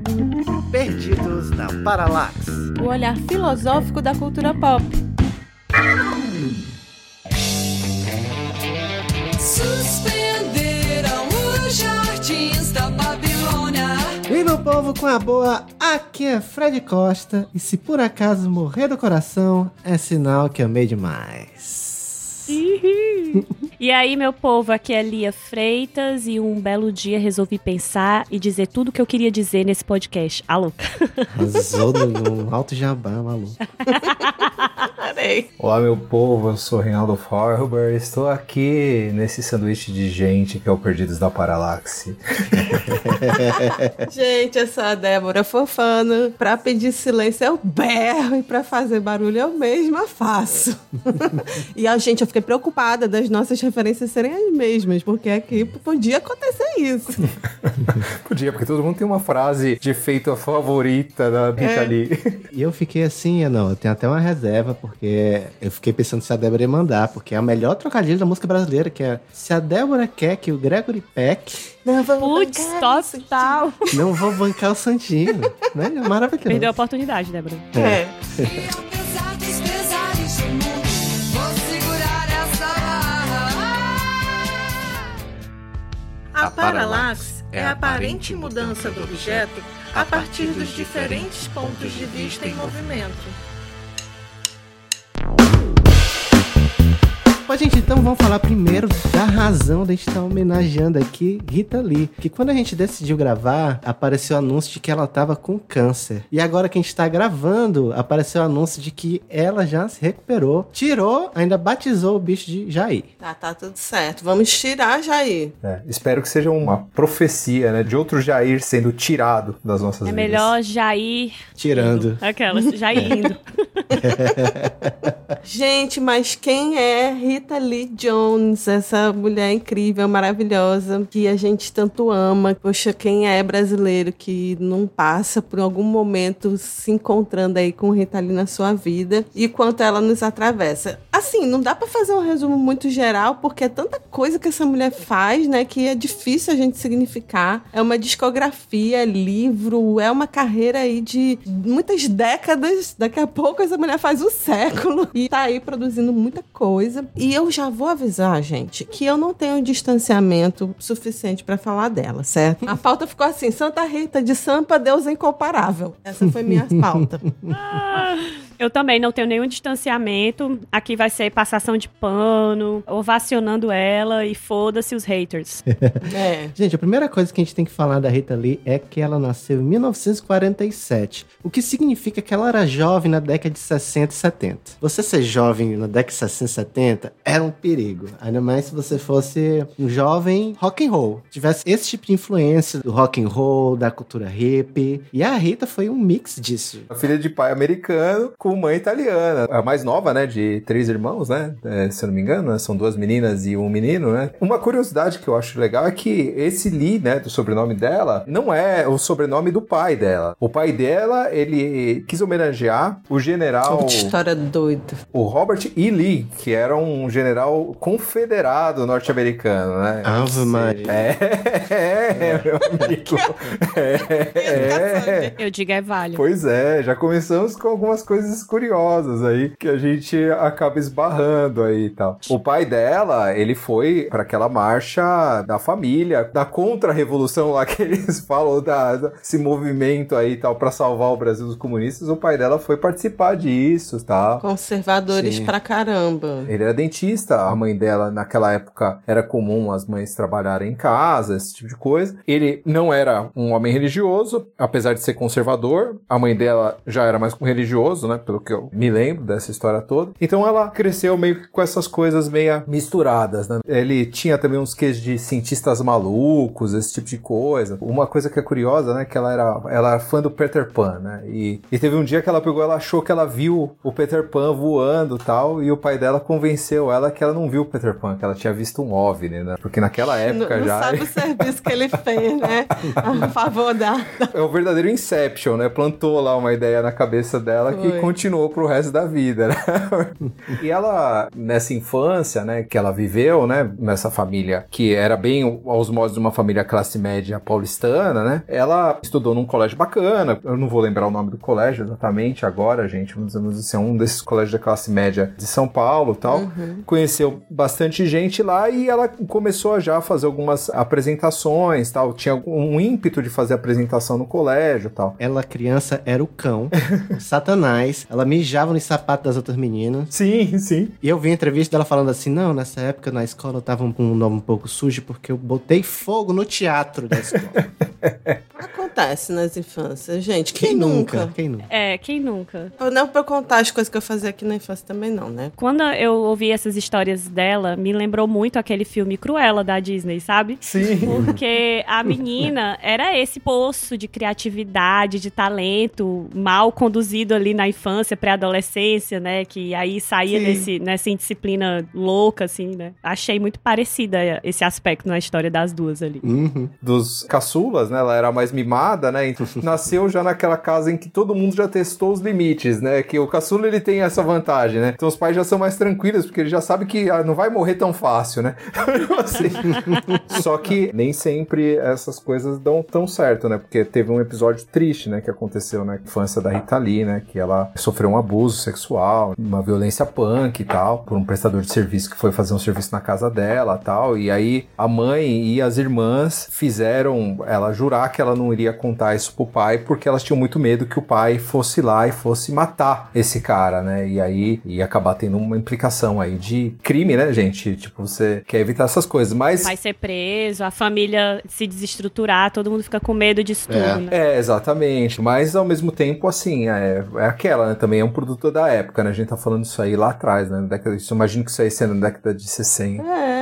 Perdidos na Paralax. O olhar filosófico da cultura pop. Suspenderam os jardins da Babilônia. E meu povo com a boa, aqui é Fred Costa. E se por acaso morrer do coração, é sinal que amei demais. E aí, meu povo, aqui é Lia Freitas e um belo dia resolvi pensar e dizer tudo o que eu queria dizer nesse podcast. Alô? Arrasou no alto jabá, maluco. Olá, meu povo, eu sou Reinaldo Forber, estou aqui nesse sanduíche de gente que é o Perdidos da Paralaxe. Gente, eu sou a Débora Fofano. Pra pedir silêncio eu berro e pra fazer barulho eu mesma faço. E gente, eu fiquei preocupada das nossas referências serem as mesmas, porque aqui podia acontecer isso. Podia, porque todo mundo tem uma frase de efeito favorita da Rita Lee. E eu fiquei assim, eu tenho até uma reserva, porque eu fiquei pensando se a Débora ia mandar, porque é a melhor trocadilho da música brasileira, que é: se a Débora quer que o Gregory Peck... Putz, total. Não vou bancar o Santinho, né? É maravilhoso. Perdeu a oportunidade, Débora. É. Apesar dos pesares do mundo, vou segurar essa barra. A paralaxe é a aparente mudança do objeto a partir dos diferentes pontos de vista em movimento. Mas, gente, então vamos falar primeiro da razão de a gente estar homenageando aqui Rita Lee. Que quando a gente decidiu gravar, apareceu o anúncio de que ela estava com câncer. E agora que a gente está gravando, apareceu o anúncio de que ela já se recuperou. Tirou, ainda batizou o bicho de Jair. Tá tudo certo. Vamos tirar Jair. Espero que seja uma profecia, né, de outro Jair sendo tirado das nossas vidas. É melhor Jair... Tirando. Aquelas, Jair indo. Gente, mas quem é Rita Lee Jones? Essa mulher incrível, maravilhosa, que a gente tanto ama. Poxa, quem é brasileiro que não passa por algum momento se encontrando aí com Rita Lee na sua vida e quanto ela nos atravessa? Assim, não dá pra fazer um resumo muito geral, porque é tanta coisa que essa mulher faz, né, que é difícil a gente significar. É uma discografia, livro, é uma carreira aí de muitas décadas. Daqui a pouco essa mulher faz um século e tá aí produzindo muita coisa. E eu já vou avisar, gente, que eu não tenho distanciamento suficiente pra falar dela, certo? A pauta ficou assim: Santa Rita de Sampa, Deus é incomparável. Essa foi minha pauta. Eu também não tenho nenhum distanciamento. Aqui vai ser passação de pano, ovacionando ela e foda-se os haters. Gente, a primeira coisa que a gente tem que falar da Rita Lee é que ela nasceu em 1947, o que significa que ela era jovem na década de 60 e 70. Você ser jovem na década de 60 e 70 era um perigo, ainda mais se você fosse um jovem rock and roll, tivesse esse tipo de influência do rock and roll, da cultura hippie, e a Rita foi um mix disso. A filha de pai americano com mãe italiana. A mais nova, né, de 3 irmãos, né, se eu não me engano, né? São 2 meninas e um menino, né. Uma curiosidade que eu acho legal é que esse Lee, né, do sobrenome dela, não é o sobrenome do pai dela. O pai dela, ele quis homenagear o general... Que história doida. O Robert E. Lee, que era um general confederado norte-americano, né. Ave Maria. Meu amigo. Eu digo é válido. Pois é, já começamos com algumas coisas curiosas aí, que a gente acaba esbarrando aí e tal. O pai dela, ele foi para aquela marcha da família, da contra-revolução lá que eles falam, desse movimento aí e tal, para salvar o Brasil dos comunistas. O pai dela foi participar disso, tá? Conservadores pra caramba. Ele era dentista, a mãe dela, naquela época, era comum as mães trabalharem em casa, esse tipo de coisa. Ele não era um homem religioso, apesar de ser conservador. A mãe dela já era mais religioso, né, pelo que eu me lembro dessa história toda. Então ela cresceu meio que com essas coisas meio misturadas, né. Ele tinha também uns quês de cientistas malucos, esse tipo de coisa. Uma coisa que é curiosa, né, que ela era fã do Peter Pan, né, e teve um dia que ela achou que ela viu o Peter Pan voando e tal, e o pai dela convenceu ela que ela não viu o Peter Pan, que ela tinha visto um OVNI, né, porque naquela época não já... Não sabe o serviço que ele fez, né, a favor da... É o verdadeiro Inception, né, plantou lá uma ideia na cabeça dela que continuou pro resto da vida, né? E ela, nessa infância, né, que ela viveu, né, nessa família que era bem aos modos de uma família classe média paulistana, né, ela estudou num colégio bacana, eu não vou lembrar o nome do colégio exatamente agora, gente, vamos dizer assim, um desses colégios da classe média de São Paulo e tal, conheceu bastante gente lá e ela começou a já fazer algumas apresentações, tal, tinha um ímpeto de fazer apresentação no colégio, tal. Ela, criança, era o cão, Satanás, ela mijava nos sapatos das outras meninas. Sim, sim. E eu vi a entrevista dela falando assim, não, nessa época na escola eu tava com um nome um pouco sujo porque eu botei fogo no teatro da escola. Acontece nas infâncias, gente. Quem nunca? Quem nunca? Quem nunca? Não pra eu contar as coisas que eu fazia aqui na infância também não, né? Quando eu ouvi essas histórias dela, me lembrou muito aquele filme Cruella da Disney, sabe? Sim. Porque a menina era esse poço de criatividade, de talento, mal conduzido ali na infância, pré-adolescência, né? Que aí saía nessa indisciplina louca, assim, né? Achei muito parecida esse aspecto na história das duas ali. Dos caçulas, né? Ela era mais mimada, né? Então, nasceu já naquela casa em que todo mundo já testou os limites, né? Que o caçula, ele tem essa vantagem, né? Então os pais já são mais tranquilos, porque ele já sabe que não vai morrer tão fácil, né? Assim. Só que nem sempre essas coisas dão tão certo, né? Porque teve um episódio triste, né? Que aconteceu na infância da Rita Lee, né? Que ela sofreu um abuso sexual, uma violência punk e tal, por um prestador de serviço que foi fazer um serviço na casa dela e tal. E aí a mãe e as irmãs fizeram ela jurar que ela não iria contar isso pro pai, porque elas tinham muito medo que o pai fosse lá e fosse matar esse cara, né? E aí ia acabar tendo uma implicação aí de crime, né, gente? Tipo, você quer evitar essas coisas, mas... Vai ser preso, a família se desestruturar, todo mundo fica com medo disso tudo, né? Exatamente. Mas, ao mesmo tempo, assim, é aquela, né? Também é um produto da época, né? A gente tá falando isso aí lá atrás, né? Eu imagino que isso aí sendo na década de 60.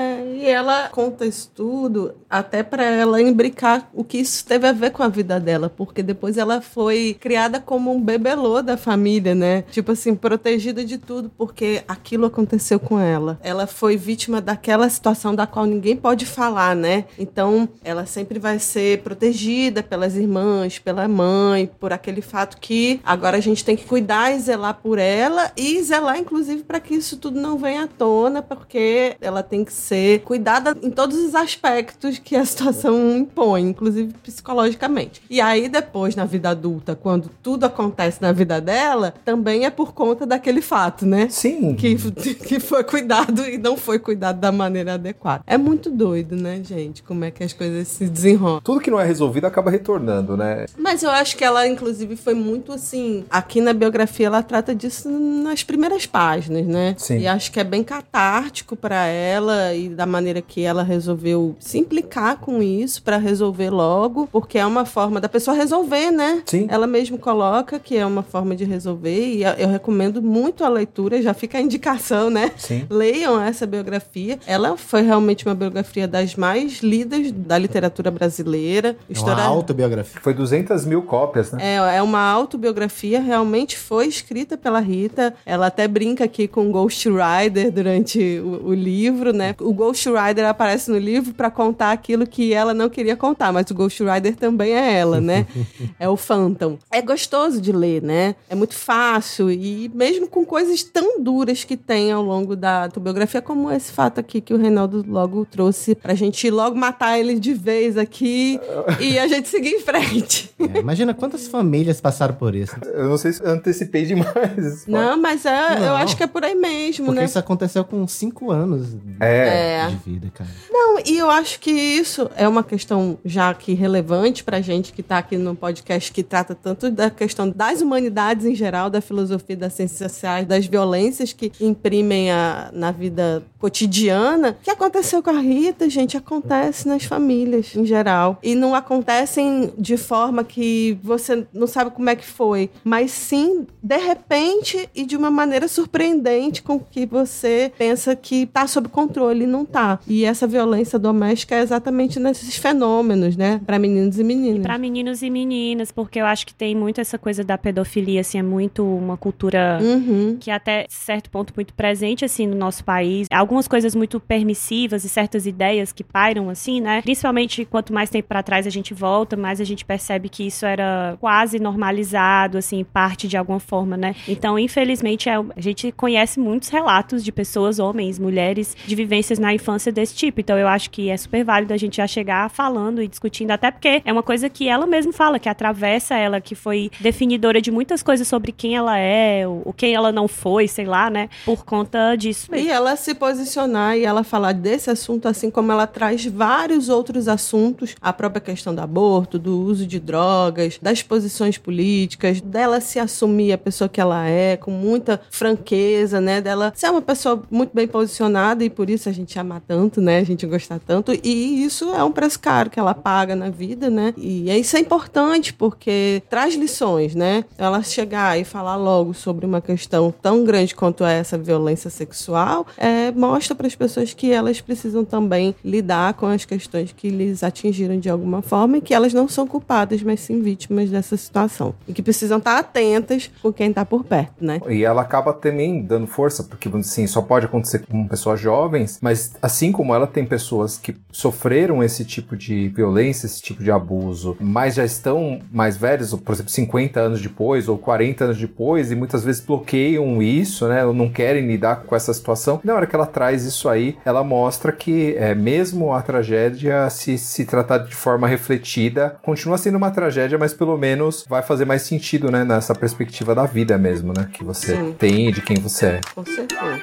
E ela conta isso tudo até pra ela imbricar o que isso teve a ver com a vida dela, porque depois ela foi criada como um bebelô da família, né? Tipo assim, protegida de tudo, porque aquilo aconteceu com ela. Ela foi vítima daquela situação da qual ninguém pode falar, né? Então, ela sempre vai ser protegida pelas irmãs, pela mãe, por aquele fato que agora a gente tem que cuidar e zelar por ela e zelar, inclusive, para que isso tudo não venha à tona, porque ela tem que ser cuidada em todos os aspectos que a situação impõe, inclusive psicologicamente. E aí, depois, na vida adulta, quando tudo acontece na vida dela, também é por conta daquele fato, né? Sim. Que foi cuidado e não foi cuidado da maneira adequada. É muito doido, né, gente? Como é que as coisas se desenrolam. Tudo que não é resolvido acaba retornando, né? Mas eu acho que ela, inclusive, foi muito assim... Aqui na biografia, ela trata disso nas primeiras páginas, né? Sim. E acho que é bem catártico pra ela e da maneira que ela resolveu se implicar com isso pra resolver logo, porque é uma forma da pessoa resolver, né? Sim. Ela mesma coloca que é uma forma de resolver e eu recomendo muito a leitura, já fica a indicação, né? Sim. Leiam essa biografia. Ela foi realmente uma biografia das mais lidas da literatura brasileira. Uma autobiografia. Foi 200 mil cópias, né? É uma autobiografia, realmente foi escrita pela Rita. Ela até brinca aqui com Ghost Rider durante o livro, né? O Ghost Rider aparece no livro para contar aquilo que ela não queria contar, mas o Ghost Rider também é ela, né? É o Phantom. É gostoso de ler, né? É muito fácil e mesmo com coisas tão duras que tem ao longo da autobiografia, como esse fato aqui que o Reinaldo logo trouxe pra gente logo matar ele de vez aqui e a gente seguir em frente. Imagina quantas famílias passaram por isso. Eu não sei se eu antecipei demais. Não, mas Não. eu acho que é por aí mesmo, Porque né? isso aconteceu com 5 anos de vida, cara. Não, e eu acho que isso é uma questão já que relevante pra gente que tá aqui no podcast que trata tanto da questão das humanidades em geral, da filosofia, das ciências sociais, das violências que imprimem na vida cotidiana. O que aconteceu com a Rita, gente, acontece nas famílias em geral. E não acontecem de forma que você não sabe como é que foi, mas sim, de repente e de uma maneira surpreendente com que você pensa que tá sob controle e não tá. escapar. E essa violência doméstica é exatamente nesses fenômenos, né? Pra meninos e meninas. Pra meninos e meninas, porque eu acho que tem muito essa coisa da pedofilia, assim, é muito uma cultura que até certo ponto muito presente, assim, no nosso país. Algumas coisas muito permissivas e certas ideias que pairam, assim, né? Principalmente quanto mais tempo pra trás a gente volta, mais a gente percebe que isso era quase normalizado, assim, parte de alguma forma, né? Então, infelizmente, a gente conhece muitos relatos de pessoas, homens, mulheres, de vivências na infância desse tipo. Então, eu acho que é super válido a gente já chegar falando e discutindo, até porque é uma coisa que ela mesma fala, que atravessa ela, que foi definidora de muitas coisas sobre quem ela é, ou quem ela não foi, sei lá, né? Por conta disso. E ela se posicionar e ela falar desse assunto, assim como ela traz vários outros assuntos, a própria questão do aborto, do uso de drogas, das posições políticas, dela se assumir a pessoa que ela é, com muita franqueza, né? Dela ser uma pessoa muito bem posicionada e por isso a gente ama tanto, né? A gente gosta tanto. E isso é um preço caro que ela paga na vida, né? E isso é importante porque traz lições, né? Ela chegar e falar logo sobre uma questão tão grande quanto essa violência sexual, mostra para as pessoas que elas precisam também lidar com as questões que lhes atingiram de alguma forma e que elas não são culpadas, mas sim vítimas dessa situação. E que precisam estar atentas com quem está por perto, né? E ela acaba também dando força, porque, assim, só pode acontecer com pessoas jovens, mas assim como ela tem pessoas que sofreram esse tipo de violência, esse tipo de abuso, mas já estão mais velhos, por exemplo, 50 anos depois ou 40 anos depois, e muitas vezes bloqueiam isso, né? Ou não querem lidar com essa situação. Na hora que ela traz isso aí, ela mostra que mesmo a tragédia, se tratar de forma refletida, continua sendo uma tragédia, mas pelo menos vai fazer mais sentido, né? Nessa perspectiva da vida mesmo, né? Que você tem e de quem você é. Com certeza.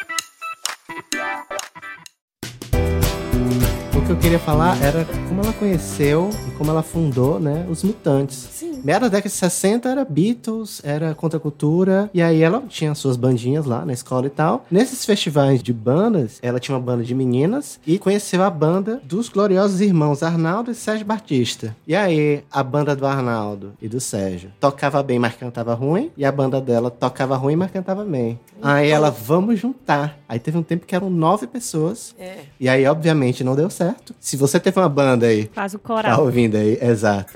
O que eu queria falar era como ela conheceu e como ela fundou, né, os Mutantes. Sim. Meia da década de 60 era Beatles, era contracultura, e aí ela tinha suas bandinhas lá na escola e tal. Nesses festivais de bandas, ela tinha uma banda de meninas e conheceu a banda dos gloriosos irmãos Arnaldo e Sérgio Batista. E aí, a banda do Arnaldo e do Sérgio tocava bem, mas cantava ruim, e a banda dela tocava ruim, mas cantava bem. Aí ela, vamos juntar. Aí teve um tempo que eram 9 pessoas. E aí, obviamente, não deu certo. Se você teve uma banda aí... Faz o Tá coral. ouvindo aí? Exato.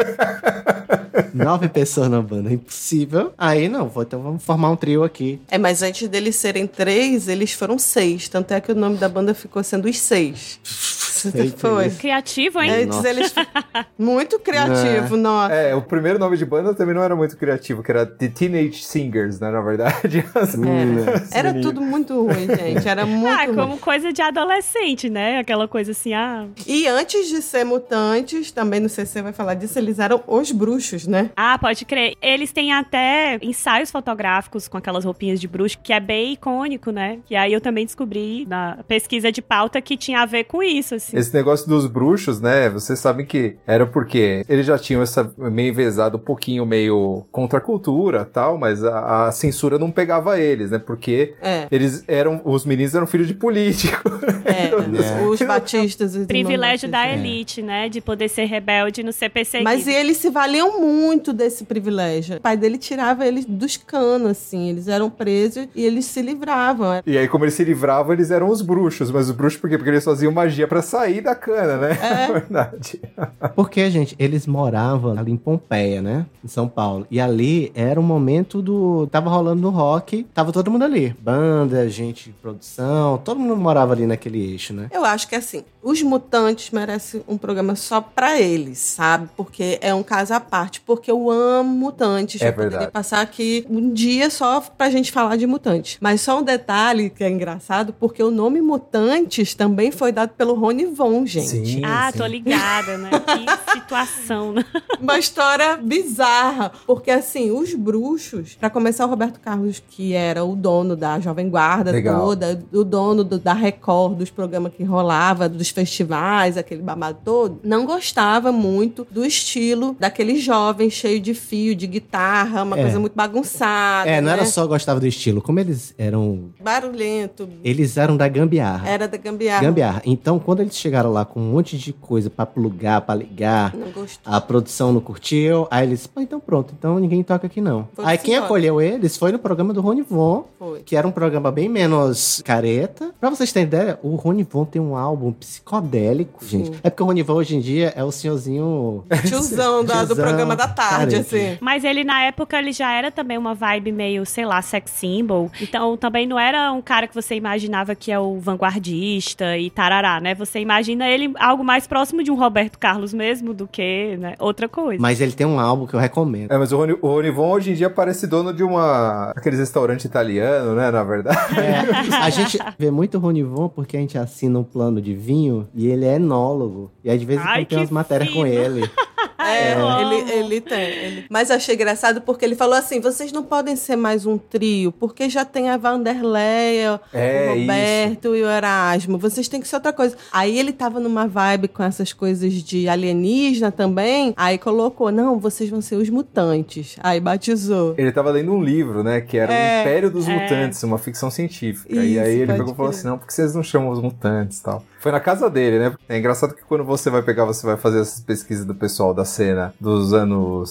9 pessoas na banda, impossível. Aí, não, então vamos formar um trio aqui. Mas antes deles serem 3, eles foram 6. Tanto é que o nome da banda ficou sendo Os 6. Foi. Criativo, hein? Eles muito criativo, nossa. O primeiro nome de banda também não era muito criativo, que era The Teenage Singers, né, na verdade. Era tudo muito ruim, gente. Era muito ruim. Como coisa de adolescente, né? Aquela coisa assim, E antes de ser Mutantes, também não sei se você vai falar disso, eles eram Os Bruxos, né? Pode crer. Eles têm até ensaios fotográficos com aquelas roupinhas de bruxo, que é bem icônico, né? E aí eu também descobri na pesquisa de pauta que tinha a ver com isso, assim. Esse negócio dos bruxos, né? Vocês sabem que era porque eles já tinham essa meio envezado um pouquinho, meio contra a cultura e tal, mas a censura não pegava eles, né? Porque os meninos eram filhos de político. Os batistas. Os Privilégio da elite, né? De poder ser rebelde e não ser perseguido. Mas eles se valiam muito desse privilégio. O pai dele tirava eles dos canos, assim. Eles eram presos e eles se livravam. E aí, como eles se livravam, eles eram os bruxos. Mas os bruxos por quê? Porque eles faziam magia pra sair da cana, né? É verdade. Porque, gente, eles moravam ali em Pompeia, né? Em São Paulo. E ali era um momento tava rolando no rock, tava todo mundo ali. Banda, gente de produção, todo mundo morava ali naquele eixo, né? Eu acho que, assim, os Mutantes merecem um programa só pra eles, sabe? Porque é um caso à parte. Porque eu amo Mutantes. É eu verdade. poderia passar aqui um dia só pra gente falar de Mutantes. Mas só um detalhe que é engraçado, porque o nome Mutantes também foi dado pelo Rony Von, gente. Sim, tô ligada, né? Que situação, né? Uma história bizarra. Porque, assim, os bruxos, pra começar, o Roberto Carlos, que era o dono da Jovem Guarda Legal. toda, o dono da Record, dos programas que rolava, dos festivais, aquele babado todo, não gostava muito do estilo daquele jovem cheio de fio, de guitarra, uma coisa muito bagunçada. Não né? era só gostava do estilo, como eles eram... Barulhento. Eles eram da gambiarra. Era da gambiarra. Gambiarra. Então, quando eles chegaram lá com um monte de coisa pra plugar, pra ligar, Não gostou. a produção não curtiu, aí eles, pô, então pronto, então ninguém toca aqui não. Foi Aí quem embora. acolheu eles foi no programa do Rony Von, Foi. que era um programa bem menos careta. Pra vocês terem ideia, o Rony Von tem um álbum psicodélico, gente. É porque o Rony Von hoje em dia é o senhorzinho... Tiozão do programa da tarde, careta. assim. Mas ele, na época, ele já era também uma vibe meio, sei lá, sex symbol. Então, também não era um cara que você imaginava que é o vanguardista e tarará, né? Você imagina ele algo mais próximo de um Roberto Carlos mesmo do que, né, outra coisa. Mas ele tem um álbum que eu recomendo. Mas o Rony Von hoje em dia parece dono de aqueles restaurantes italianos, né, na verdade. A gente vê muito Rony Von porque a gente assina um plano de vinho e ele é enólogo. E aí de vez em Ai, quando tem que umas matérias com fino. ele. Eu amo. Ele tem. Mas eu achei engraçado porque ele falou assim, vocês não podem ser mais um trio, porque já tem a Vanderleia, o Roberto e o Erasmo. Vocês têm que ser outra coisa. Aí ele tava numa vibe com essas coisas de alienígena também, aí colocou, não, vocês vão ser os mutantes. Aí batizou. Ele tava lendo um livro, né, que era o Império dos Mutantes, uma ficção científica. E aí Isso, ele pode pegou e falou crer. assim, não, por que vocês não chamam os mutantes e tal? Foi na casa dele, né? É engraçado que quando você vai fazer essas pesquisas do pessoal da cena dos anos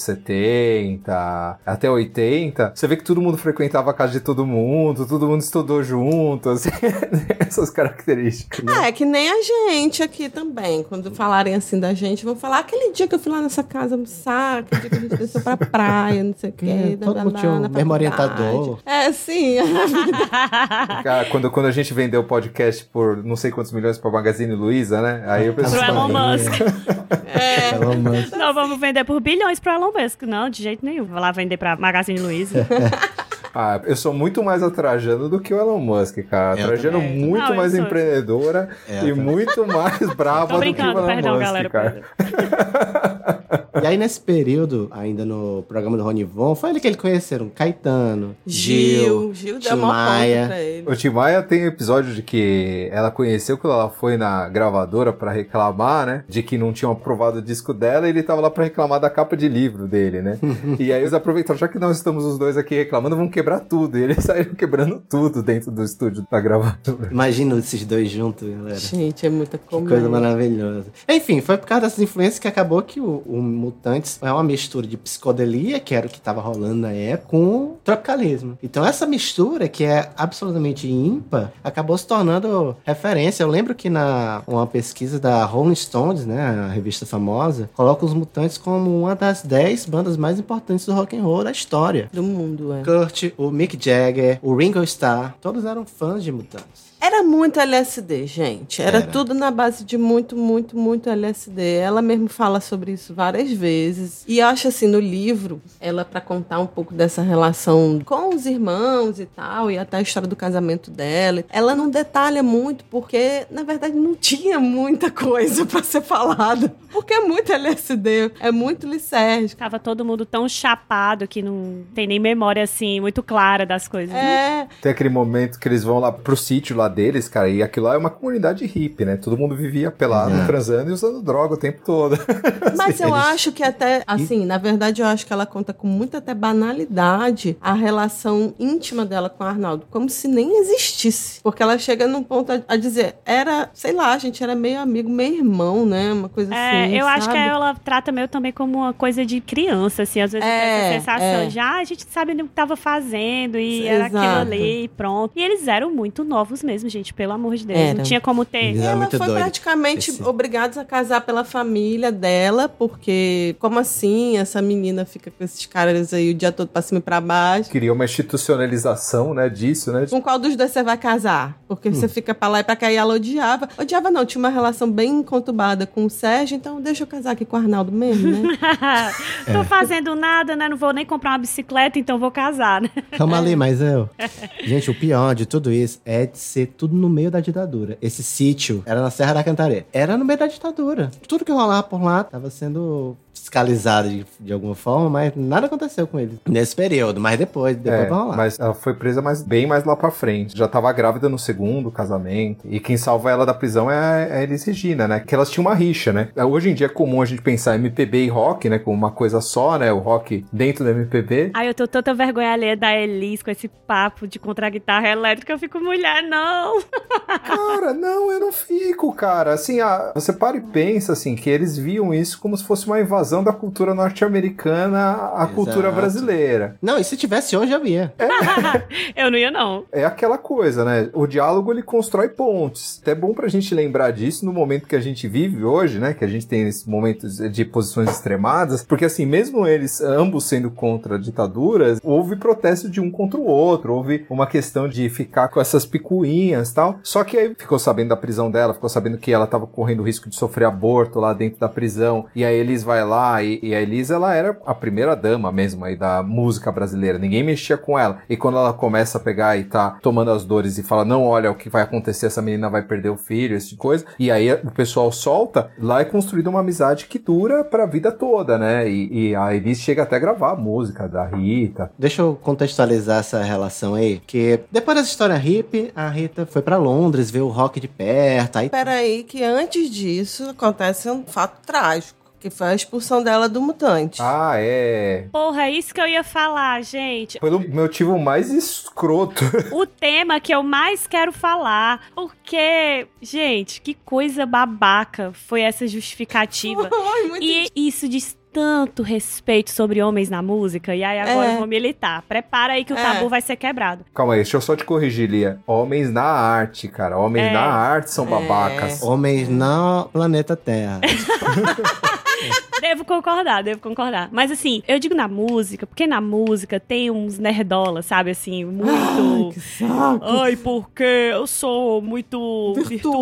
70 até 80, você vê que todo mundo frequentava a casa de todo mundo estudou junto, assim, essas características. É que nem a gente aqui também. Quando falarem assim da gente, vão falar aquele dia que eu fui lá nessa casa almoçar, aquele dia que a gente desceu pra praia, não sei o quê. Todo mundo tinha o mesmo orientador. Sim. Cara, quando a gente vendeu o podcast por não sei quantos milhões pra Magazine Luiza, né? Aí eu pensei, Pro Elon Musk. Elon Musk. Não, vamos vender por bilhões pro Elon Musk. Não, de jeito nenhum. Vou lá vender pra Magazine Luiza. eu sou muito mais a Trajano do que o Elon Musk, cara. A Trajano também. muito Não, eu mais sou. empreendedora e muito mais brava Tô do que o brincando, Elon perdão, Musk, galera. cara. E aí, nesse período, ainda no programa do Rony Von, foi ele que eles conheceram Caetano, Gil deu Tim uma Maia. ponta pra ele. O Tim Maia tem episódio de que ela conheceu quando ela foi na gravadora pra reclamar, né? De que não tinham aprovado o disco dela e ele tava lá pra reclamar da capa de livro dele, né? E aí eles aproveitaram, já que nós estamos os dois aqui reclamando, vamos quebrar tudo. E eles saíram quebrando tudo dentro do estúdio da gravadora. Imagina esses dois juntos, galera. Gente, é muita Que comédia. coisa maravilhosa. Enfim, foi por causa dessas influências que acabou que o Mutantes é uma mistura de psicodelia, que era o que estava rolando na época, com tropicalismo. Então essa mistura, que é absolutamente ímpar, acabou se tornando referência. Eu lembro que uma pesquisa da Rolling Stones, né, a revista famosa, coloca os Mutantes como uma das 10 bandas mais importantes do rock and roll da história. Do mundo, Kurt, o Mick Jagger, o Ringo Starr, todos eram fãs de Mutantes. Era muito LSD, gente. Era tudo na base de muito, muito, muito LSD. Ela mesmo fala sobre isso várias vezes. E eu acho assim, no livro, ela, pra contar um pouco dessa relação com os irmãos e tal, e até a história do casamento dela, ela não detalha muito, porque, na verdade, não tinha muita coisa pra ser falada. Porque é muito LSD, é muito lisérgico. Tava todo mundo tão chapado que não tem nem memória, assim, muito clara das coisas. Tem aquele momento que eles vão lá pro sítio lá deles, cara, e aquilo lá é uma comunidade hippie, né? Todo mundo vivia pelado, transando e usando droga o tempo todo. Mas eu acho que até, assim, na verdade eu acho que ela conta com muita até banalidade a relação íntima dela com o Arnaldo, como se nem existisse. Porque ela chega num ponto a dizer, era, sei lá, a gente era meio amigo, meio irmão, né? Uma coisa assim, eu acho que sabe? ela trata meio também como uma coisa de criança, assim, às vezes tem essa sensação de, a gente sabe o que tava fazendo e era aquilo Exato. ali e pronto. E eles eram muito novos mesmo, gente, pelo amor de Deus. Eram. Não tinha como ter. Eles E eram ela muito foi doido. praticamente Esse- obrigada a casar pela família dela, porque, como assim, essa menina fica com esses caras aí o dia todo pra cima e pra baixo? Queria uma institucionalização, né, disso, né? Com qual dos dois você vai casar? Porque você fica pra lá e pra cá e ela odiava. Odiava não, tinha uma relação bem conturbada com o Sérgio, então deixa eu casar aqui com o Arnaldo mesmo, né? Tô fazendo nada, né? Não vou nem comprar uma bicicleta, então vou casar, né? Calma ali, mas Gente, o pior de tudo isso é de ser tudo no meio da ditadura. Esse sítio era na Serra da Cantareira. Era no meio da ditadura. Tudo que rolava por lá tava sendo fiscalizada de alguma forma, mas nada aconteceu com ele nesse período, mas depois vai rolar. Mas ela foi presa bem mais lá pra frente. Já tava grávida no segundo casamento. E quem salva ela da prisão é a Elis Regina, né? Que elas tinham uma rixa, né? Hoje em dia é comum a gente pensar MPB e rock, né? Como uma coisa só, né? O rock dentro do MPB. Ai, eu tô tanta vergonha alheia da Elis com esse papo de contra a guitarra elétrica. Eu fico, mulher, não! Cara, não, eu não fico, cara. Assim, você para e pensa, assim, que eles viam isso como se fosse uma invasão da cultura norte-americana à cultura brasileira. Não, e se tivesse hoje, eu ia. Eu não ia, não. É aquela coisa, né? O diálogo, ele constrói pontes. É bom pra gente lembrar disso no momento que a gente vive hoje, né? Que a gente tem esses momentos de posições extremadas. Porque, assim, mesmo eles, ambos sendo contra ditaduras, houve protesto de um contra o outro. Houve uma questão de ficar com essas picuinhas e tal. Só que aí ficou sabendo da prisão dela, ficou sabendo que ela tava correndo o risco de sofrer aborto lá dentro da prisão. E a Elis vai lá, e a Elis, ela era a primeira dama mesmo aí da música brasileira. Ninguém mexia com ela. E quando ela começa a pegar e tá tomando as dores e fala, não, olha, o que vai acontecer, essa menina vai perder o filho, esse tipo de coisa. E aí o pessoal solta, lá é construída uma amizade que dura pra vida toda, né? E a Elis chega até a gravar a música da Rita. Deixa eu contextualizar essa relação aí, que depois dessa história hippie, a Rita foi pra Londres ver o rock de perto. Aí... Peraí, que antes disso acontece um fato trágico, que foi a expulsão dela do Mutante. Ah, é. Porra, é isso que eu ia falar, gente. Pelo motivo mais escroto. O tema que eu mais quero falar. Porque, gente, que coisa babaca foi essa justificativa. Ai, muito E isso diz tanto respeito sobre homens na música. E aí agora eu vou militar. Prepara aí que o tabu vai ser quebrado. Calma aí, deixa eu só te corrigir, Lia. Homens na arte, cara. Homens na arte são babacas. Homens no planeta Terra. Devo concordar. Mas assim, eu digo na música, porque na música tem uns nerdolas, sabe, assim, muito... Ai, que saco. Ai, porque eu sou muito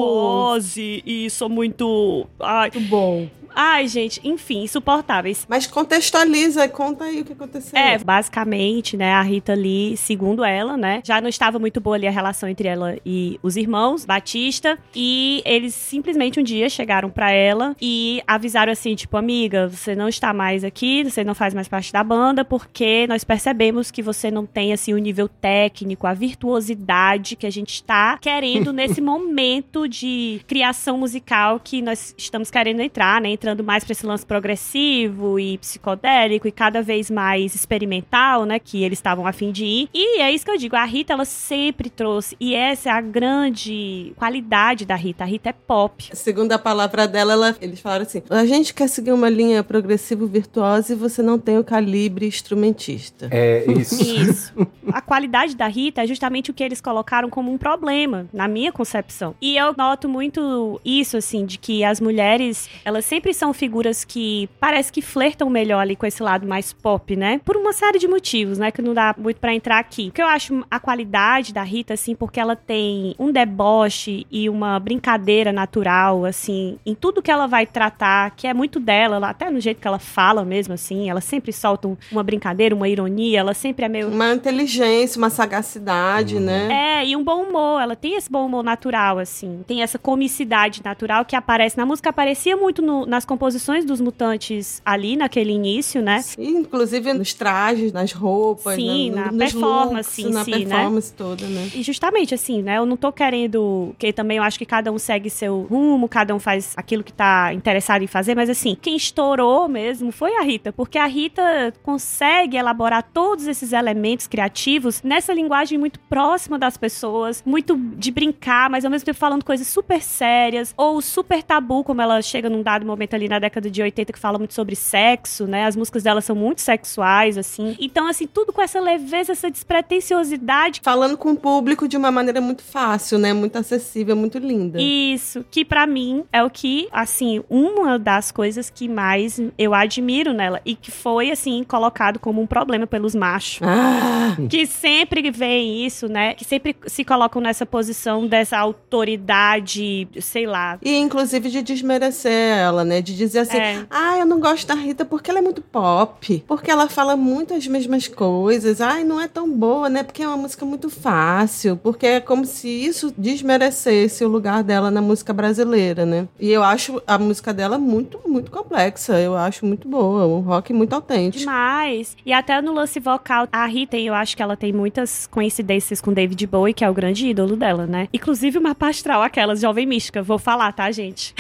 virtuose e sou muito... Ai, Muito bom. Ai, gente, enfim, insuportáveis. Mas contextualiza, conta aí o que aconteceu. Basicamente, né, a Rita Lee, segundo ela, né, já não estava muito boa ali a relação entre ela e os irmãos, Batista, e eles simplesmente um dia chegaram pra ela e avisaram assim, tipo, amiga, você não está mais aqui, você não faz mais parte da banda, porque nós percebemos que você não tem, assim, o nível técnico, a virtuosidade que a gente está querendo nesse momento de criação musical que nós estamos querendo entrar, né, entrando mais pra esse lance progressivo e psicodélico e cada vez mais experimental, né, que eles estavam a fim de ir. E é isso que eu digo, a Rita, ela sempre trouxe, e essa é a grande qualidade da Rita. A Rita é pop. Segundo a palavra dela, eles falaram assim, a gente quer seguir uma linha progressivo virtuosa e você não tem o calibre instrumentista. É isso. Isso. A qualidade da Rita é justamente o que eles colocaram como um problema, na minha concepção. E eu noto muito isso, assim, de que as mulheres, elas sempre são figuras que parece que flertam melhor ali com esse lado mais pop, né? Por uma série de motivos, né? Que não dá muito pra entrar aqui. Porque eu acho a qualidade da Rita, assim, porque ela tem um deboche e uma brincadeira natural, assim, em tudo que ela vai tratar, que é muito dela, até no jeito que ela fala mesmo, assim. Ela sempre solta uma brincadeira, uma ironia, ela sempre é meio... Uma inteligência, uma sagacidade, né? E um bom humor. Ela tem esse bom humor natural, assim. Tem essa comicidade natural que aparece na música. Aparecia muito nas composições dos Mutantes ali, naquele início, né? E, inclusive nos trajes, nas roupas, sim, na nos performance looks, em na si, performance toda, né? E justamente assim, né? Eu não tô querendo... Que também eu acho que cada um segue seu rumo, cada um faz aquilo que tá interessado em fazer, mas assim, quem estourou mesmo foi a Rita, porque a Rita consegue elaborar todos esses elementos criativos nessa linguagem muito próxima das pessoas, muito de brincar, mas ao mesmo tempo falando coisas super sérias, ou super tabu, como ela chega num dado momento ali na década de 80 que fala muito sobre sexo, né? As músicas dela são muito sexuais, assim. Então, assim, tudo com essa leveza, essa despretensiosidade. Falando com o público de uma maneira muito fácil, né? Muito acessível, muito linda. Isso, que pra mim é o que, assim, uma das coisas que mais eu admiro nela e que foi, assim, colocado como um problema pelos machos. Que sempre veem isso, né? Que sempre se colocam nessa posição dessa autoridade, sei lá. E, inclusive, de desmerecer ela, né? De dizer assim, eu não gosto da Rita porque ela é muito pop, porque ela fala muito as mesmas coisas, não é tão boa, né? Porque é uma música muito fácil, porque é como se isso desmerecesse o lugar dela na música brasileira, né? E eu acho a música dela muito, muito complexa, eu acho muito boa, um rock muito autêntico. Demais. E até no lance vocal, a Rita, eu acho que ela tem muitas coincidências com David Bowie, que é o grande ídolo dela, né? Inclusive uma astral, aquelas jovem mística, vou falar, tá, gente?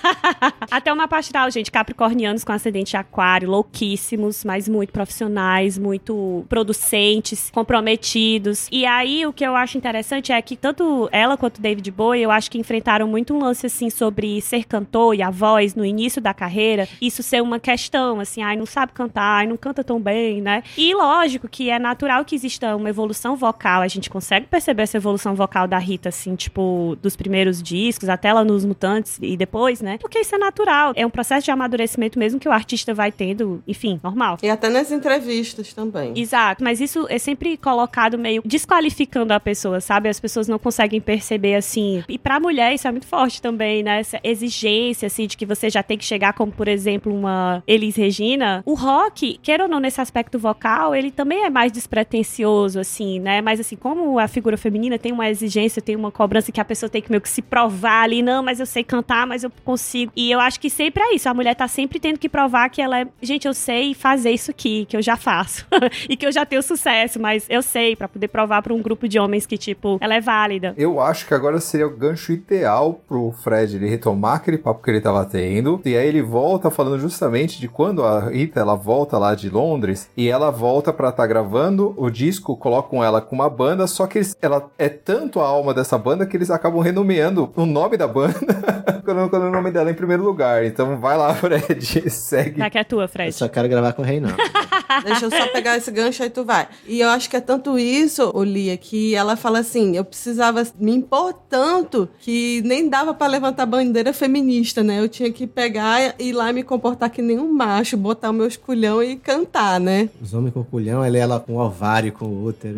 Até uma astral, gente, capricornianos com ascendente de aquário, louquíssimos, mas muito profissionais, muito producentes, comprometidos. E aí, o que eu acho interessante é que tanto ela quanto David Bowie, eu acho que enfrentaram muito um lance, assim, sobre ser cantor e a voz no início da carreira, isso ser uma questão, assim, não sabe cantar, não canta tão bem, né? E lógico que é natural que exista uma evolução vocal, a gente consegue perceber essa evolução vocal da Rita, assim, tipo, dos primeiros discos, até ela nos Mutantes e depois, né? Porque isso é natural, é um processo de amadurecimento mesmo que o artista vai tendo, enfim, normal. E até nas entrevistas também. Exato, mas isso é sempre colocado meio desqualificando a pessoa, sabe? As pessoas não conseguem perceber, assim, e pra mulher isso é muito forte também, né? Essa exigência, assim, de que você já tem que chegar como, por exemplo, uma Elis Regina. O rock, queira ou não, nesse aspecto vocal, ele também é mais despretensioso, assim, né? Mas, assim, como a figura feminina tem uma exigência, tem uma cobrança que a pessoa tem que meio que se provar ali, não, mas eu sei cantar, mas eu consigo. E eu acho que sempre é isso, a mulher tá sempre tendo que provar que ela é, gente, eu sei fazer isso aqui, que eu já faço, e que eu já tenho sucesso, mas eu sei, pra poder provar pra um grupo de homens que, tipo, ela é válida. Eu acho que agora seria o gancho ideal pro Fred ele retomar aquele papo que ele tava tendo, e aí ele volta falando justamente de quando a Rita, ela volta lá de Londres, e ela volta pra estar gravando o disco, colocam ela com uma banda, só que ela é tanto a alma dessa banda que eles acabam renomeando o nome da banda, colocando o nome dela em primeiro lugar. Então vai lá, Fred, segue. Tá que é tua, Fred. Eu só quero gravar com o Reinaldo. Deixa eu só pegar esse gancho, aí tu vai. E eu acho que é tanto isso, Lia, que ela fala assim, eu precisava me impor tanto que nem dava pra levantar bandeira feminista, né? Eu tinha que pegar e ir lá e me comportar que nem um macho, botar o meu esculhão e cantar, né? Os homens com culhão, ela com ovário, com útero.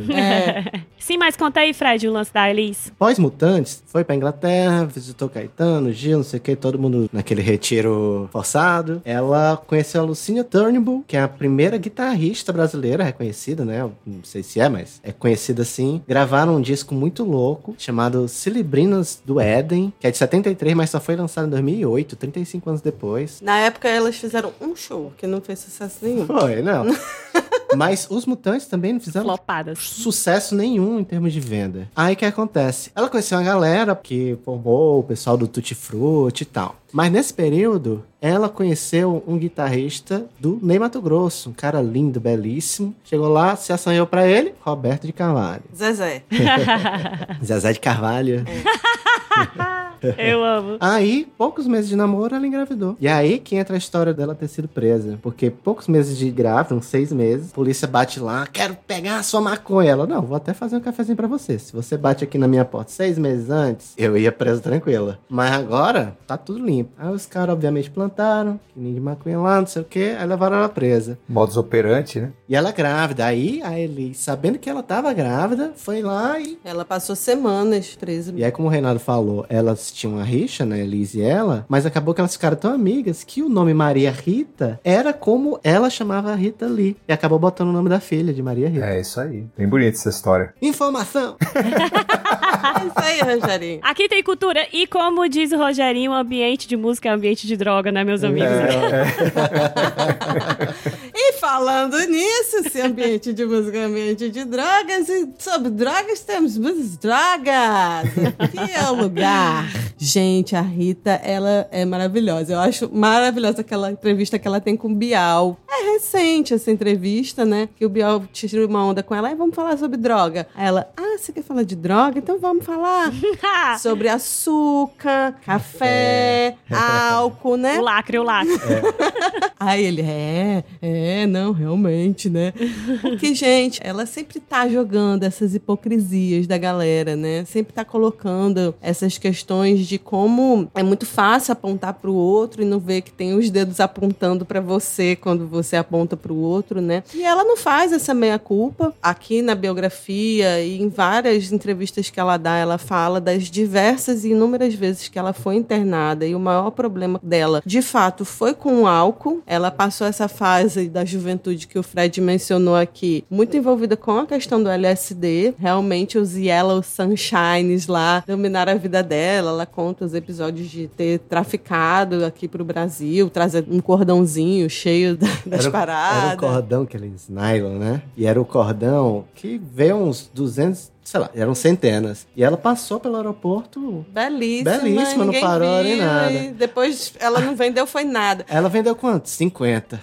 Sim, mas conta aí, Fred, o lance da Elis. Pós-Mutantes, foi pra Inglaterra, visitou Caetano, Gil, não sei o que, todo mundo naquele retiro forçado. Ela conheceu a Lucinda Turnbull, que é a primeira guitarrista brasileira reconhecida, né? Eu não sei se é, mas é conhecida assim. Gravaram um disco muito louco, chamado Celebrinas do Éden, que é de 73, mas só foi lançado em 2008, 35 anos depois. Na época, elas fizeram um show, que não fez sucesso nenhum. Foi, não. Mas os Mutantes também não fizeram Flopadas. sucesso nenhum em termos de venda. Aí o que acontece? Ela conheceu uma galera que formou o pessoal do Tutti Frutti e tal. Mas nesse período, ela conheceu um guitarrista do Ney Matogrosso, um cara lindo, belíssimo. Chegou lá, se assanhou pra ele, Roberto de Carvalho. Zezé. Zezé de Carvalho. Eu amo. Aí, poucos meses de namoro, ela engravidou. E aí que entra a história dela ter sido presa. Porque poucos meses de grávida, uns 6 meses, a polícia bate lá, quero pegar a sua maconha. Ela, não, vou até fazer um cafezinho pra você. Se você bate aqui na minha porta 6 meses antes, eu ia presa tranquila. Mas agora, tá tudo limpo. Aí os caras, obviamente, plantaram, que nem de maconha lá, não sei o quê, aí levaram ela presa. Modus operandi, né? E ela grávida. Aí a Elis, sabendo que ela tava grávida, foi lá e... Ela passou semanas presa. E aí, como o Reinaldo falou, elas tinham uma rixa, né, Elis e ela, mas acabou que elas ficaram tão amigas que o nome Maria Rita era como ela chamava a Rita Lee. E acabou botando o nome da filha de Maria Rita. É isso aí. Bem bonita essa história. Informação! É isso aí, Rogerinho. Aqui tem cultura. E como diz o Rogerinho, o ambiente de música é ambiente de droga, né, meus amigos? E falando nisso, esse ambiente de música é ambiente de drogas, e sobre drogas temos muitas drogas. Aqui é o lugar. Gente, a Rita, ela é maravilhosa. Eu acho maravilhosa aquela entrevista que ela tem com o Bial. É recente essa entrevista, né? Que o Bial tira uma onda com ela. Vamos falar sobre droga. Aí ela, você quer falar de droga? Então vamos falar sobre açúcar, café, álcool, né? O lacre. Aí ele, não, realmente, né? Porque, gente, ela sempre tá jogando essas hipocrisias da galera, né? Sempre tá colocando essas questões de como é muito fácil apontar pro outro e não ver que tem os dedos apontando pra você quando você aponta pro outro, né? E ela não faz essa meia-culpa. Aqui na biografia e em várias entrevistas que ela dá, ela fala das diversas e inúmeras vezes que ela foi internada e o maior problema dela, de fato, foi com o álcool. Ela passou essa fase da juventude que o Fred mencionou aqui, muito envolvida com a questão do LSD. Realmente os Yellow Sunshines lá dominaram a vida dela. Ela conta os episódios de ter traficado aqui pro Brasil, trazer um cordãozinho cheio das paradas. Era um cordão, aqueles nylon, né? E era o cordão que veio uns 200, sei lá, eram centenas. E ela passou pelo aeroporto belíssima, não parou nem nada. E depois ela não vendeu, foi nada. Ela vendeu quanto? 50.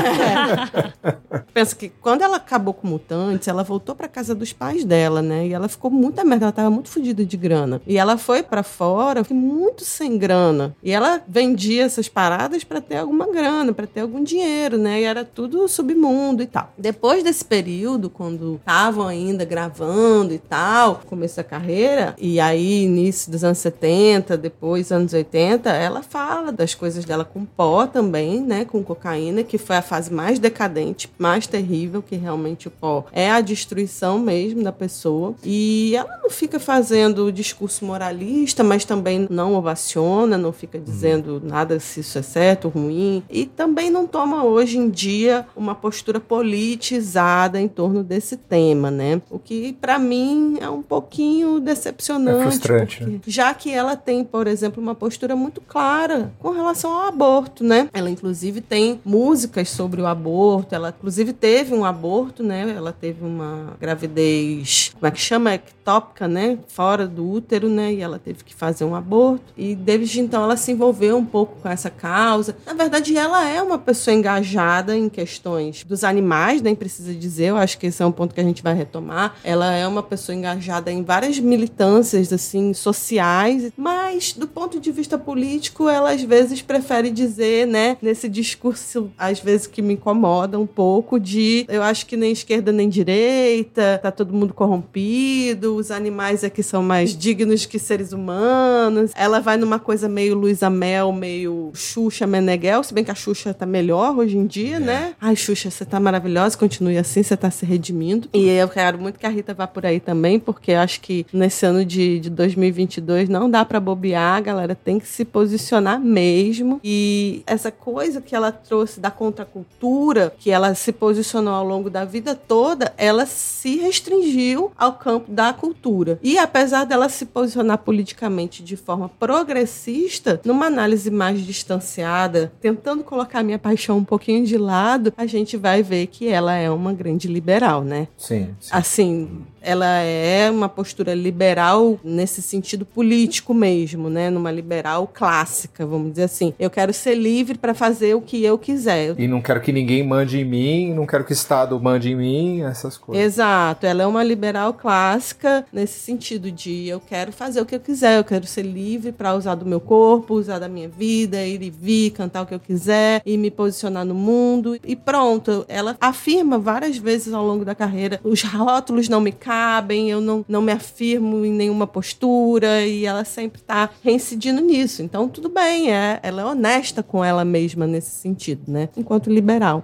Pensa que quando ela acabou com Mutantes, ela voltou pra casa dos pais dela, né? E ela ficou muito merda, ela tava muito fodida de grana. E ela foi pra fora, muito sem grana. E ela vendia essas paradas pra ter alguma grana, pra ter algum dinheiro, né? E era tudo submundo e tal. Depois desse período, quando estavam ainda gravando e tal, começo da carreira, e aí início dos anos 70, depois anos 80, ela fala das coisas dela com pó também, né, com cocaína, que foi a fase mais decadente, mais terrível, que realmente o pó é a destruição mesmo da pessoa, e ela não fica fazendo discurso moralista, mas também não ovaciona, não fica dizendo nada se isso é certo ou ruim, e também não toma hoje em dia uma postura politizada em torno desse tema, né, o que pra mim é um pouquinho decepcionante. É frustrante, né? Já que ela tem, por exemplo, uma postura muito clara com relação ao aborto, né? Ela, inclusive, tem músicas sobre o aborto. Ela, inclusive, teve um aborto, né? Ela teve uma gravidez, como é que chama? Ectópica, né? Fora do útero, né? E ela teve que fazer um aborto. E desde então ela se envolveu um pouco com essa causa. Na verdade, ela é uma pessoa engajada em questões dos animais, nem precisa dizer. Eu acho que esse é um ponto que a gente vai retomar. Ela é uma pessoa engajada em várias militâncias, assim, sociais, mas do ponto de vista político, ela às vezes prefere dizer, né, nesse discurso, às vezes que me incomoda um pouco, de eu acho que nem esquerda nem direita, tá todo mundo corrompido, os animais aqui são mais dignos que seres humanos. Ela vai numa coisa meio Luísa Mel, meio Xuxa Meneghel, se bem que a Xuxa tá melhor hoje em dia, né? Ai, Xuxa, você tá maravilhosa, continue assim, você tá se redimindo. E eu quero muito que a Rita vá por aí também, porque eu acho que nesse ano de 2022 não dá pra bobear, a galera tem que se posicionar mesmo. E essa coisa que ela trouxe da contracultura, que ela se posicionou ao longo da vida toda, ela se restringiu ao campo da cultura. E apesar dela se posicionar politicamente de forma progressista, numa análise mais distanciada, tentando colocar a minha paixão um pouquinho de lado, a gente vai ver que ela é uma grande liberal, né? Sim. Assim, ela é uma postura liberal nesse sentido político mesmo, né? Numa liberal clássica, vamos dizer assim. Eu quero ser livre para fazer o que eu quiser. E não quero que ninguém mande em mim, não quero que o Estado mande em mim, essas coisas. Exato. Ela é uma liberal clássica nesse sentido de eu quero fazer o que eu quiser, eu quero ser livre para usar do meu corpo, usar da minha vida, ir e vir, cantar o que eu quiser e me posicionar no mundo. E pronto. Ela afirma várias vezes ao longo da carreira, os rótulos não me cabem, eu não me afirmo em nenhuma postura, e ela sempre tá reincidindo nisso. Então, tudo bem, ela é honesta com ela mesma nesse sentido, né? Enquanto liberal.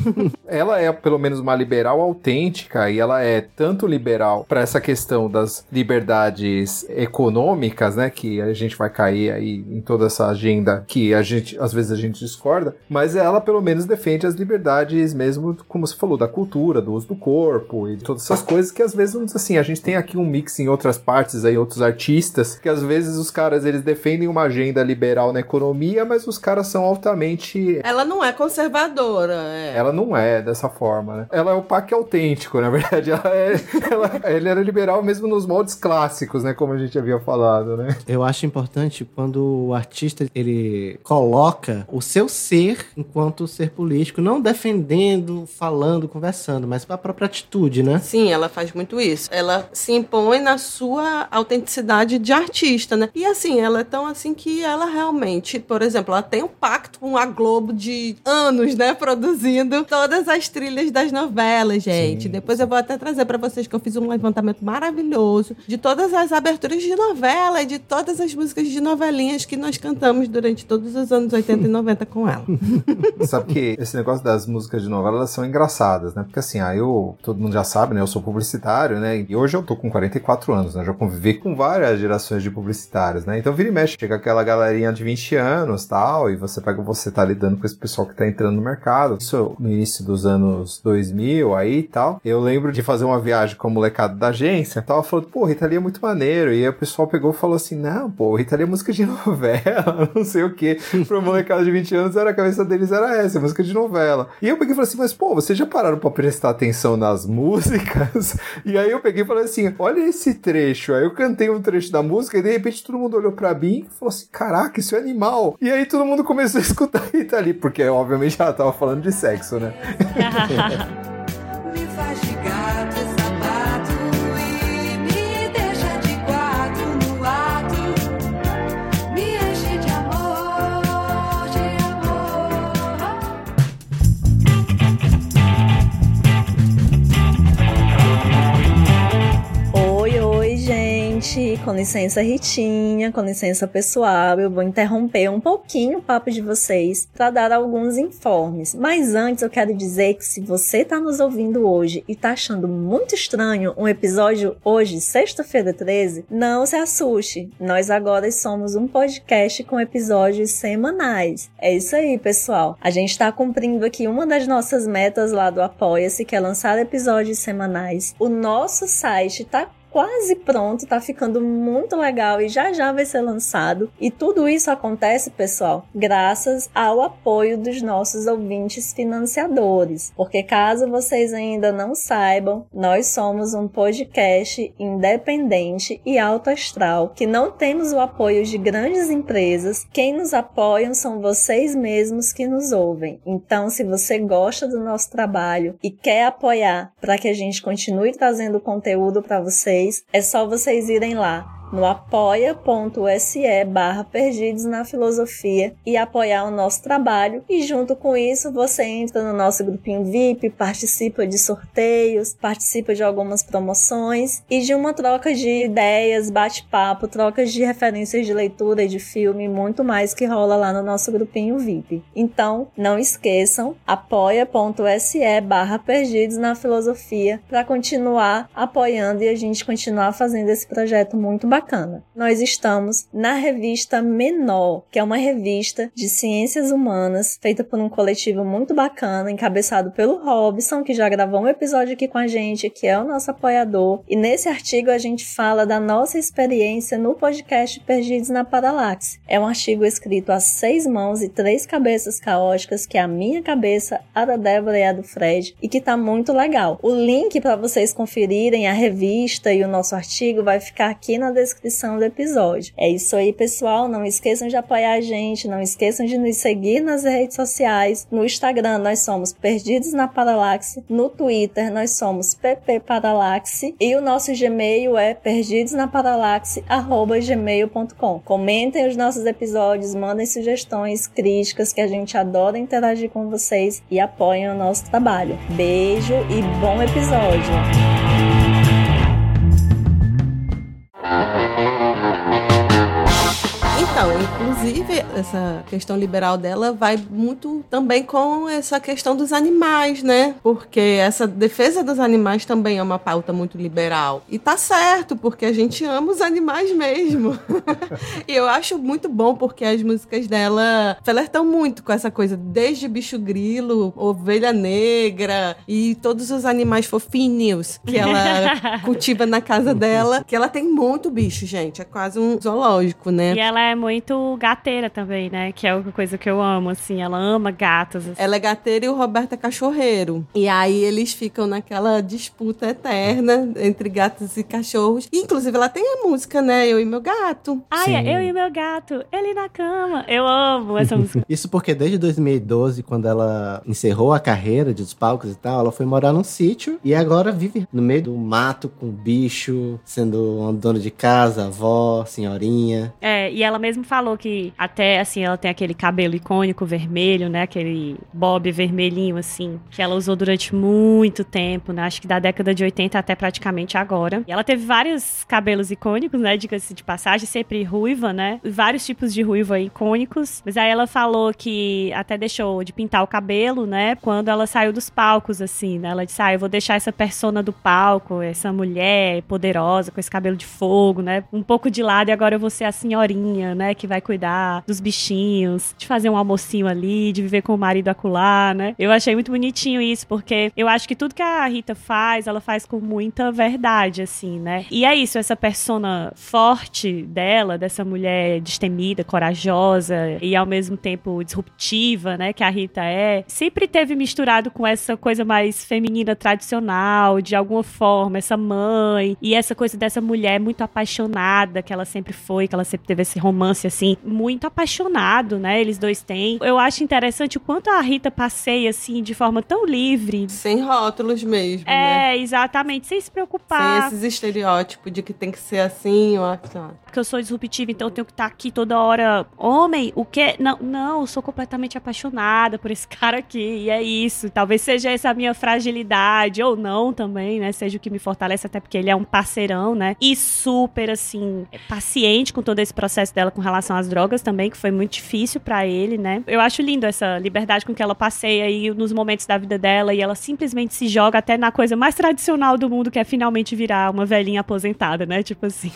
Ela é, pelo menos, uma liberal autêntica, e ela é tanto liberal para essa questão das liberdades econômicas, né? Que a gente vai cair aí em toda essa agenda que às vezes a gente discorda, mas ela, pelo menos, defende as liberdades mesmo, como você falou, da cultura, do uso do corpo e todas essas coisas que às vezes, assim, a gente tem aqui um mix em outras partes aí, outros artistas, que às vezes os caras, eles defendem uma agenda liberal na economia, mas os caras são altamente... Ela não é conservadora, Ela não é dessa forma, né? Ela é o PAC autêntico, na verdade. Ele era liberal mesmo nos moldes clássicos, né? Como a gente havia falado, né? Eu acho importante quando o artista, ele coloca o seu ser enquanto ser político, não defendendo, falando, conversando, mas a própria atitude, né? Sim, ela faz muito muito isso. Ela se impõe na sua autenticidade de artista, né? E assim, ela é tão assim que ela realmente, por exemplo, ela tem um pacto com a Globo de anos, né? Produzindo todas as trilhas das novelas, gente. Sim, Depois eu vou até trazer pra vocês que eu fiz um levantamento maravilhoso de todas as aberturas de novela e de todas as músicas de novelinhas que nós cantamos durante todos os anos 80 e 90 com ela. Sabe que esse negócio das músicas de novela, elas são engraçadas, né? Porque assim, todo mundo já sabe, né? Eu sou publicitário, né? E hoje eu tô com 44 anos, né? Já convivi com várias gerações de publicitários, né? Então vira e mexe, chega aquela galerinha de 20 anos, tal, e você tá lidando com esse pessoal que tá entrando no mercado. Isso no início dos anos 2000 aí e tal. Eu lembro de fazer uma viagem com o molecado da agência, tava falando, pô, Rita Lee é muito maneiro. E aí o pessoal pegou e falou assim, não, pô, Rita Lee é música de novela, não sei o quê. Pro molecado de 20 anos, a cabeça deles era essa, música de novela. E eu peguei e falei assim, mas pô, vocês já pararam pra prestar atenção nas músicas? E aí eu peguei e falei assim, olha esse trecho. Aí eu cantei um trecho da música e de repente todo mundo olhou pra mim e falou assim, caraca, isso é animal. E aí todo mundo começou a escutar Rita Lee, porque obviamente ela tava falando de sexo, né? Me faz de gato e sapato e me deixa de quatro no ato. Me enche de amor, de amor. Oi, gente. Com licença, Ritinha. Com licença, pessoal. Eu vou interromper um pouquinho o papo de vocês para dar alguns informes. Mas antes, eu quero dizer que se você tá nos ouvindo hoje e tá achando muito estranho um episódio hoje, sexta-feira 13, não se assuste. Nós agora somos um podcast com episódios semanais. É isso aí, pessoal. A gente tá cumprindo aqui uma das nossas metas lá do Apoia-se, que é lançar episódios semanais. O nosso site tá quase pronto, tá ficando muito legal e já vai ser lançado. E tudo isso acontece, pessoal, graças ao apoio dos nossos ouvintes financiadores. Porque caso vocês ainda não saibam, nós somos um podcast independente e alto astral, que não temos o apoio de grandes empresas. Quem nos apoiam são vocês mesmos que nos ouvem. Então, se você gosta do nosso trabalho e quer apoiar para que a gente continue trazendo conteúdo para vocês, é só vocês irem lá no apoia.se/perdidos na filosofia e apoiar o nosso trabalho. E junto com isso, você entra no nosso grupinho VIP, participa de sorteios, participa de algumas promoções e de uma troca de ideias, bate-papo, trocas de referências de leitura e de filme, muito mais que rola lá no nosso grupinho VIP. Então, não esqueçam, apoia.se/perdidos na filosofia para continuar apoiando e a gente continuar fazendo esse projeto muito bacana. Nós estamos na revista Menor, que é uma revista de ciências humanas feita por um coletivo muito bacana, encabeçado pelo Robson, que já gravou um episódio aqui com a gente, que é o nosso apoiador. E nesse artigo a gente fala da nossa experiência no podcast Perdidos na Paralaxe. É um artigo escrito a 6 mãos e 3 cabeças caóticas, que é a minha cabeça, a da Débora e a do Fred, e que tá muito legal. O link para vocês conferirem a revista e o nosso artigo vai ficar aqui na descrição do episódio. É isso aí, pessoal. Não esqueçam de apoiar a gente, não esqueçam de nos seguir nas redes sociais. No Instagram nós somos Perdidos na Paralaxe, no Twitter nós somos ppparalaxe e o nosso Gmail é perdidosnaparalaxe@gmail.com. Comentem os nossos episódios, mandem sugestões, críticas, que a gente adora interagir com vocês e apoiem o nosso trabalho. Beijo e bom episódio! Então, inclusive, essa questão liberal dela vai muito também com essa questão dos animais, né? Porque essa defesa dos animais também é uma pauta muito liberal. E tá certo, porque a gente ama os animais mesmo. E eu acho muito bom, porque as músicas dela flertam muito com essa coisa, desde bicho grilo, ovelha negra e todos os animais fofinhos que ela cultiva na casa dela. Que ela tem muito bicho, gente. É quase um zoológico, né? E ela é muito gateira também, né? Que é uma coisa que eu amo, assim. Ela ama gatos. Assim. Ela é gateira e o Roberto é cachorreiro. E aí eles ficam naquela disputa eterna entre gatos e cachorros. E, inclusive, ela tem a música, né? Eu e meu gato. Ai, é eu e meu gato, ele na cama. Eu amo essa música. Isso porque desde 2012, quando ela encerrou a carreira dos palcos e tal, ela foi morar num sítio e agora vive no meio do mato com bicho, sendo uma dona de casa, avó, senhorinha. É, e ela mesmo falou que até, assim, ela tem aquele cabelo icônico vermelho, né? Aquele bob vermelhinho, assim, que ela usou durante muito tempo, né? Acho que da década de 80 até praticamente agora. E ela teve vários cabelos icônicos, né? Diga-se de passagem, sempre ruiva, né? Vários tipos de ruiva icônicos. Mas aí ela falou que até deixou de pintar o cabelo, né? Quando ela saiu dos palcos, assim, né? Ela disse, eu vou deixar essa persona do palco, essa mulher poderosa, com esse cabelo de fogo, né? Um pouco de lado e agora eu vou ser a senhorinha, né? Que vai cuidar dos bichinhos, de fazer um almocinho ali, de viver com o marido acolá, né? Eu achei muito bonitinho isso, porque eu acho que tudo que a Rita faz, ela faz com muita verdade, assim, né? E é isso, essa persona forte dela, dessa mulher destemida, corajosa e ao mesmo tempo disruptiva, né? Que a Rita é, sempre teve misturado com essa coisa mais feminina tradicional, de alguma forma, essa mãe, e essa coisa dessa mulher muito apaixonada, que ela sempre foi, que ela sempre teve esse romance, assim, muito apaixonado, né? Eles dois têm. Eu acho interessante o quanto a Rita passeia, assim, de forma tão livre. Sem rótulos mesmo, né? Exatamente, sem se preocupar. Sem esses estereótipos de que tem que ser assim ou assim. Porque eu sou disruptiva, então eu tenho que estar aqui toda hora. Homem, o quê? Não, eu sou completamente apaixonada por esse cara aqui, e é isso. Talvez seja essa a minha fragilidade, ou não também, né? Seja o que me fortalece, até porque ele é um parceirão, né? E super, assim, paciente com todo esse processo dela com relação às drogas também, que foi muito difícil pra ele, né? Eu acho lindo essa liberdade com que ela passeia aí nos momentos da vida dela, e ela simplesmente se joga até na coisa mais tradicional do mundo, que é finalmente virar uma velhinha aposentada, né? Tipo assim.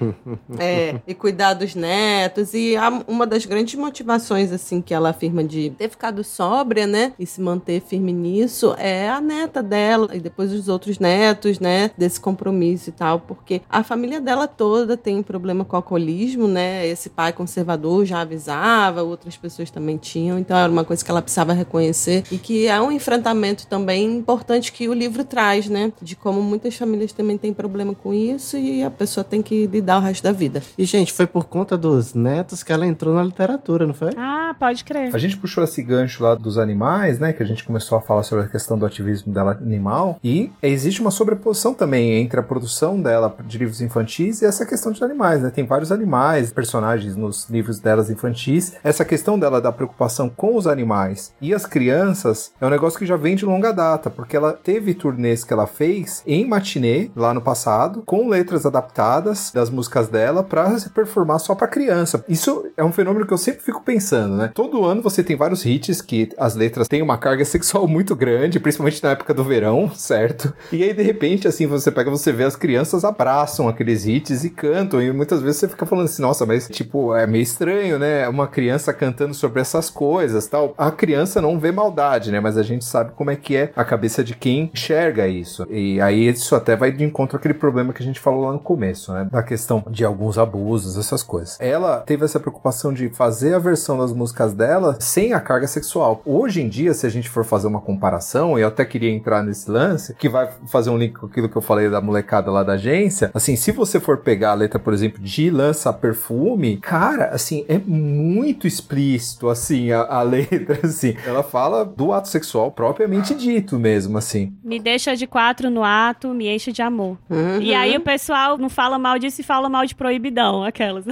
E cuidar dos netos. E uma das grandes motivações, assim, que ela afirma de ter ficado sóbria, né? E se manter firme nisso, é a neta dela. E depois os outros netos, né? Desse compromisso e tal. Porque a família dela toda tem problema com o alcoolismo, né? Esse pai conservador já avisava, outras pessoas também tinham. Então era uma coisa que ela precisava reconhecer. E que é um enfrentamento também importante que o livro traz, né? De como muitas famílias também têm problema com isso e a pessoa tem que lidar o resto da vida. E, gente, foi por conta dos netos que ela entrou na literatura, não foi? Ah, pode crer. A gente puxou esse gancho lá dos animais, né? Que a gente começou a falar sobre a questão do ativismo dela animal. E existe uma sobreposição também entre a produção dela de livros infantis e essa questão de animais, né? Tem vários animais, personagens nos livros delas infantis. Essa questão dela da preocupação com os animais e as crianças é um negócio que já vem de longa data, porque ela teve turnês que ela fez em matinê, lá no passado, com letras adaptadas das músicas dela pra se performar só pra criança. Isso é um fenômeno que eu sempre fico pensando, né? Todo ano você tem vários hits que as letras têm uma carga sexual muito grande, principalmente na época do verão, certo? E aí, de repente, assim, você vê as crianças abraçam aqueles hits e cantam, e muitas vezes você fica falando assim, nossa, mas, tipo, é meio estranho, né? Uma criança cantando sobre essas coisas, tal. A criança não vê maldade, né? Mas a gente sabe como é que é a cabeça de quem enxerga isso. E aí, isso até vai de encontro àquele problema que a gente falou lá no começo, né? Da questão de alguns abusos, essas coisas. Ela teve essa preocupação de fazer a versão das músicas dela sem a carga sexual. Hoje em dia, se a gente for fazer uma comparação, e eu até queria entrar nesse lance, que vai fazer um link com aquilo que eu falei da molecada lá da agência, assim, se você for pegar a letra, por exemplo, de Lança Perfume, cara, assim, é muito explícito, assim, a letra, assim. Ela fala do ato sexual propriamente dito mesmo, assim. Me deixa de 4 no ato, me enche de amor. Uhum. E aí o pessoal não fala mal disso e fala mal de proibidão, aquelas.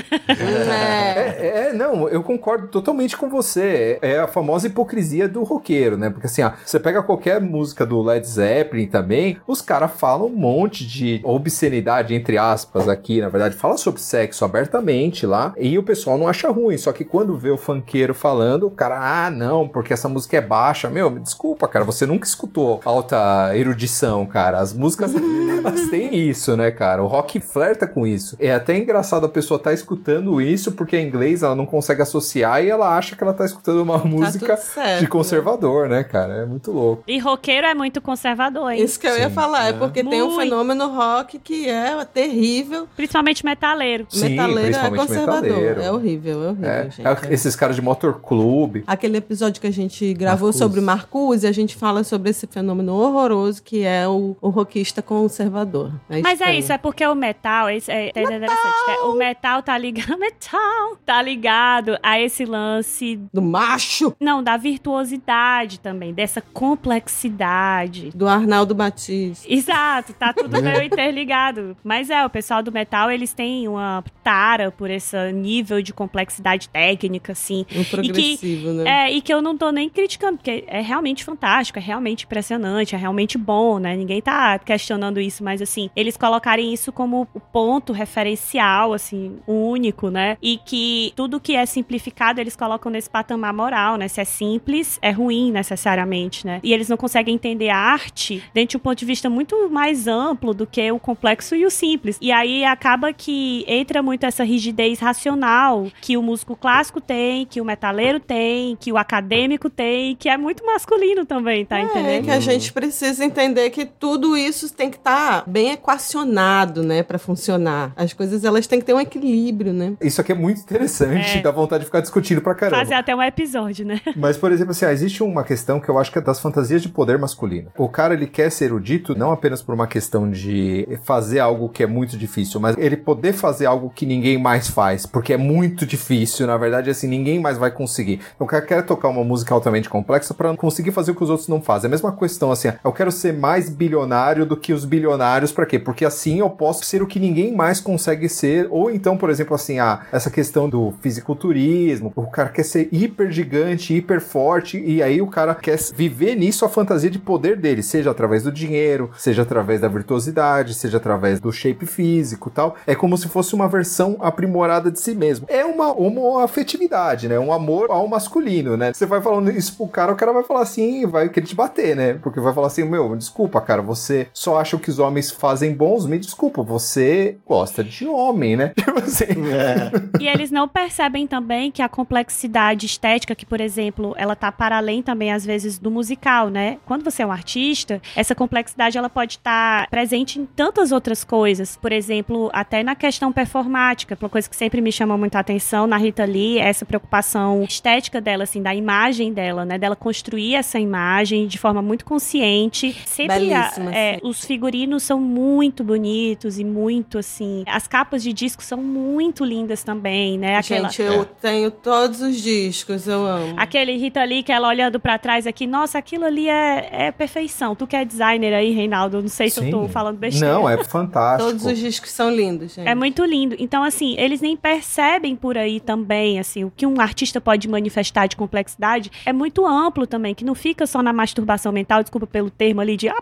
Não, eu concordo totalmente com você. É a famosa hipocrisia do roqueiro, né? Porque assim, você pega qualquer música do Led Zeppelin também, os caras falam um monte de obscenidade, entre aspas, aqui, na verdade, fala sobre sexo abertamente lá, e o pessoal não acha ruim, só que quando vê o funkeiro falando, o cara, não, porque essa música é baixa. Meu, me desculpa, cara, você nunca escutou alta erudição, cara. As músicas Mas tem isso, né, cara? O rock flerta com isso. É até engraçado a pessoa tá escutando isso porque em inglês ela não consegue associar e ela acha que ela tá escutando uma música tudo certo, de conservador, né, cara? É muito louco. E roqueiro é muito conservador, hein? Isso que eu ia Sim, falar, é é. porque tem um Muito. fenômeno rock que é terrível. Principalmente metaleiro. Sim, Metaleiro é principalmente conservador. metaleiro. É horrível, gente. Esses caras de motor clube. Aquele episódio que a gente gravou Marcuse. sobre Marcuse, a gente fala sobre esse fenômeno horroroso que é o rockista conservador. Mas é estranho. isso, é porque o metal, é interessante, né? O metal tá ligado a esse lance, Do macho, não, da virtuosidade também, dessa complexidade. do Arnaldo Batista. Exato, tá tudo meio interligado. Mas o pessoal do metal, eles têm uma tara por esse nível de complexidade técnica, assim. Um progressivo, né? E que eu não tô nem criticando, porque é realmente fantástico, é realmente impressionante, é realmente bom, né? Ninguém tá questionando isso, mas assim, eles colocarem isso como o ponto referencial, assim, único, né? E que tudo que é simplificado, eles colocam nesse patamar moral, né? Se é simples, é ruim necessariamente, né? E eles não conseguem entender a arte dentro de um ponto de vista muito mais amplo do que o complexo e o simples. E aí acaba que entra muito essa rigidez racional que o músico clássico tem, que o metaleiro tem, que o acadêmico tem, que é muito masculino também, tá É entendendo? que a gente precisa entender que tudo isso tem que estar bem equacionado, né, pra funcionar. As coisas, elas têm que ter um equilíbrio, né? Isso aqui é muito interessante, dá vontade de ficar discutindo pra caramba. Fazer até um episódio, né? Mas, por exemplo, assim, existe uma questão que eu acho que é das fantasias de poder masculino. O cara, ele quer ser erudito não apenas por uma questão de fazer algo que é muito difícil, mas ele poder fazer algo que ninguém mais faz, porque é muito difícil, na verdade, assim, ninguém mais vai conseguir. Então, o cara quer tocar uma música altamente complexa pra conseguir fazer o que os outros não fazem. É a mesma questão, assim, eu quero ser mais bilionário do que os bilionários, pra quê? Porque assim eu posso ser o que ninguém mais consegue ser, ou então, por exemplo, assim, essa questão do fisiculturismo, o cara quer ser hiper gigante, hiper forte, e aí o cara quer viver nisso a fantasia de poder dele, seja através do dinheiro, seja através da virtuosidade, seja através do shape físico e tal. É como se fosse uma versão aprimorada de si mesmo. É uma homoafetividade, né? Um amor ao masculino, né? Você vai falando isso pro cara, o cara vai falar assim, vai querer te bater, né? Porque vai falar assim, meu, desculpa, cara, você só acha o que os homens fazem bons, me desculpa, você gosta de homem, né? Tipo assim. E eles não percebem também que a complexidade estética, que, por exemplo, ela tá para além também, às vezes, do musical, né? Quando você é um artista, essa complexidade, ela pode estar presente em tantas outras coisas. Por exemplo, até na questão performática, uma coisa que sempre me chamou muita atenção na Rita Lee, essa preocupação estética dela, assim, da imagem dela, né? Dela construir essa imagem de forma muito consciente. Sempre Belíssima, sim. os figurinos são muito bonitos e muito, assim... As capas de disco são muito lindas também, né? Gente, eu tenho todos os discos, eu amo. Aquele Rita Lee que ela olhando pra trás aqui, nossa, aquilo ali é perfeição. Tu que é designer aí, Reinaldo, não sei se eu tô falando besteira. Não, é fantástico. Todos os discos são lindos, gente. É muito lindo. Então, assim, eles nem percebem por aí também, assim, o que um artista pode manifestar de complexidade é muito amplo também, que não fica só na masturbação mental, desculpa pelo termo ali, de...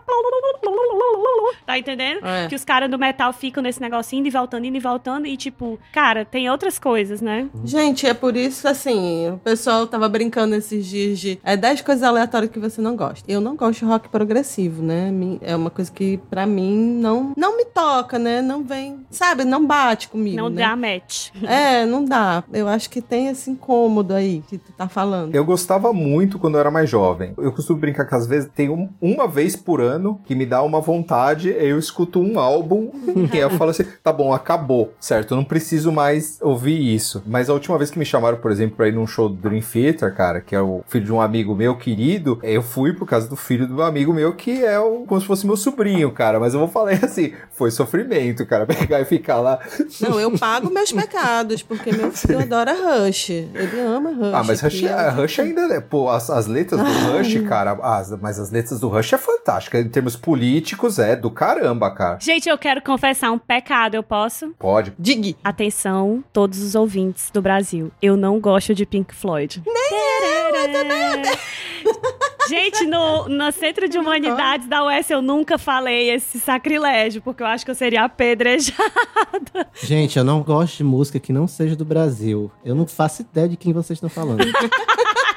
Tá entendendo? É. Que os caras do metal ficam nesse negocinho indo e voltando, e tipo, cara, tem outras coisas, né? Gente, é por isso, assim, o pessoal tava brincando esses dias de 10 coisas aleatórias que você não gosta. Eu não gosto de rock progressivo, né? É uma coisa que, pra mim, não me toca, né? Não vem, sabe? Não bate comigo, Não né? dá match. Não dá. Eu acho que tem esse incômodo aí que tu tá falando. Eu gostava muito quando eu era mais jovem. Eu costumo brincar que às vezes tem uma vez por ano que me dá uma vontade, eu escuto um álbum e aí eu falo assim, tá bom, acabou, certo? Eu não preciso mais ouvir isso. Mas a última vez que me chamaram, por exemplo, pra ir num show do Dream Theater, cara, que é o filho de um amigo meu querido, eu fui por causa do filho do meu amigo meu, que é como se fosse meu sobrinho, cara. Mas eu vou falar assim, foi sofrimento, cara, pegar e ficar lá. Não, eu pago meus pecados, porque meu filho adora Rush. Ele ama Rush. Mas Rush ainda, né? Pô, as letras do Rush, cara, mas as letras do Rush é fantástica. Em termos políticos, é do caramba, cara. Gente, eu quero confessar um pecado, eu posso? Pode. Digue. Atenção, todos os ouvintes do Brasil. Eu não gosto de Pink Floyd. Gente, no Centro de Humanidades da UES eu nunca falei esse sacrilégio, porque eu acho que eu seria apedrejada. Gente, eu não gosto de música que não seja do Brasil. Eu não faço ideia de quem vocês estão falando.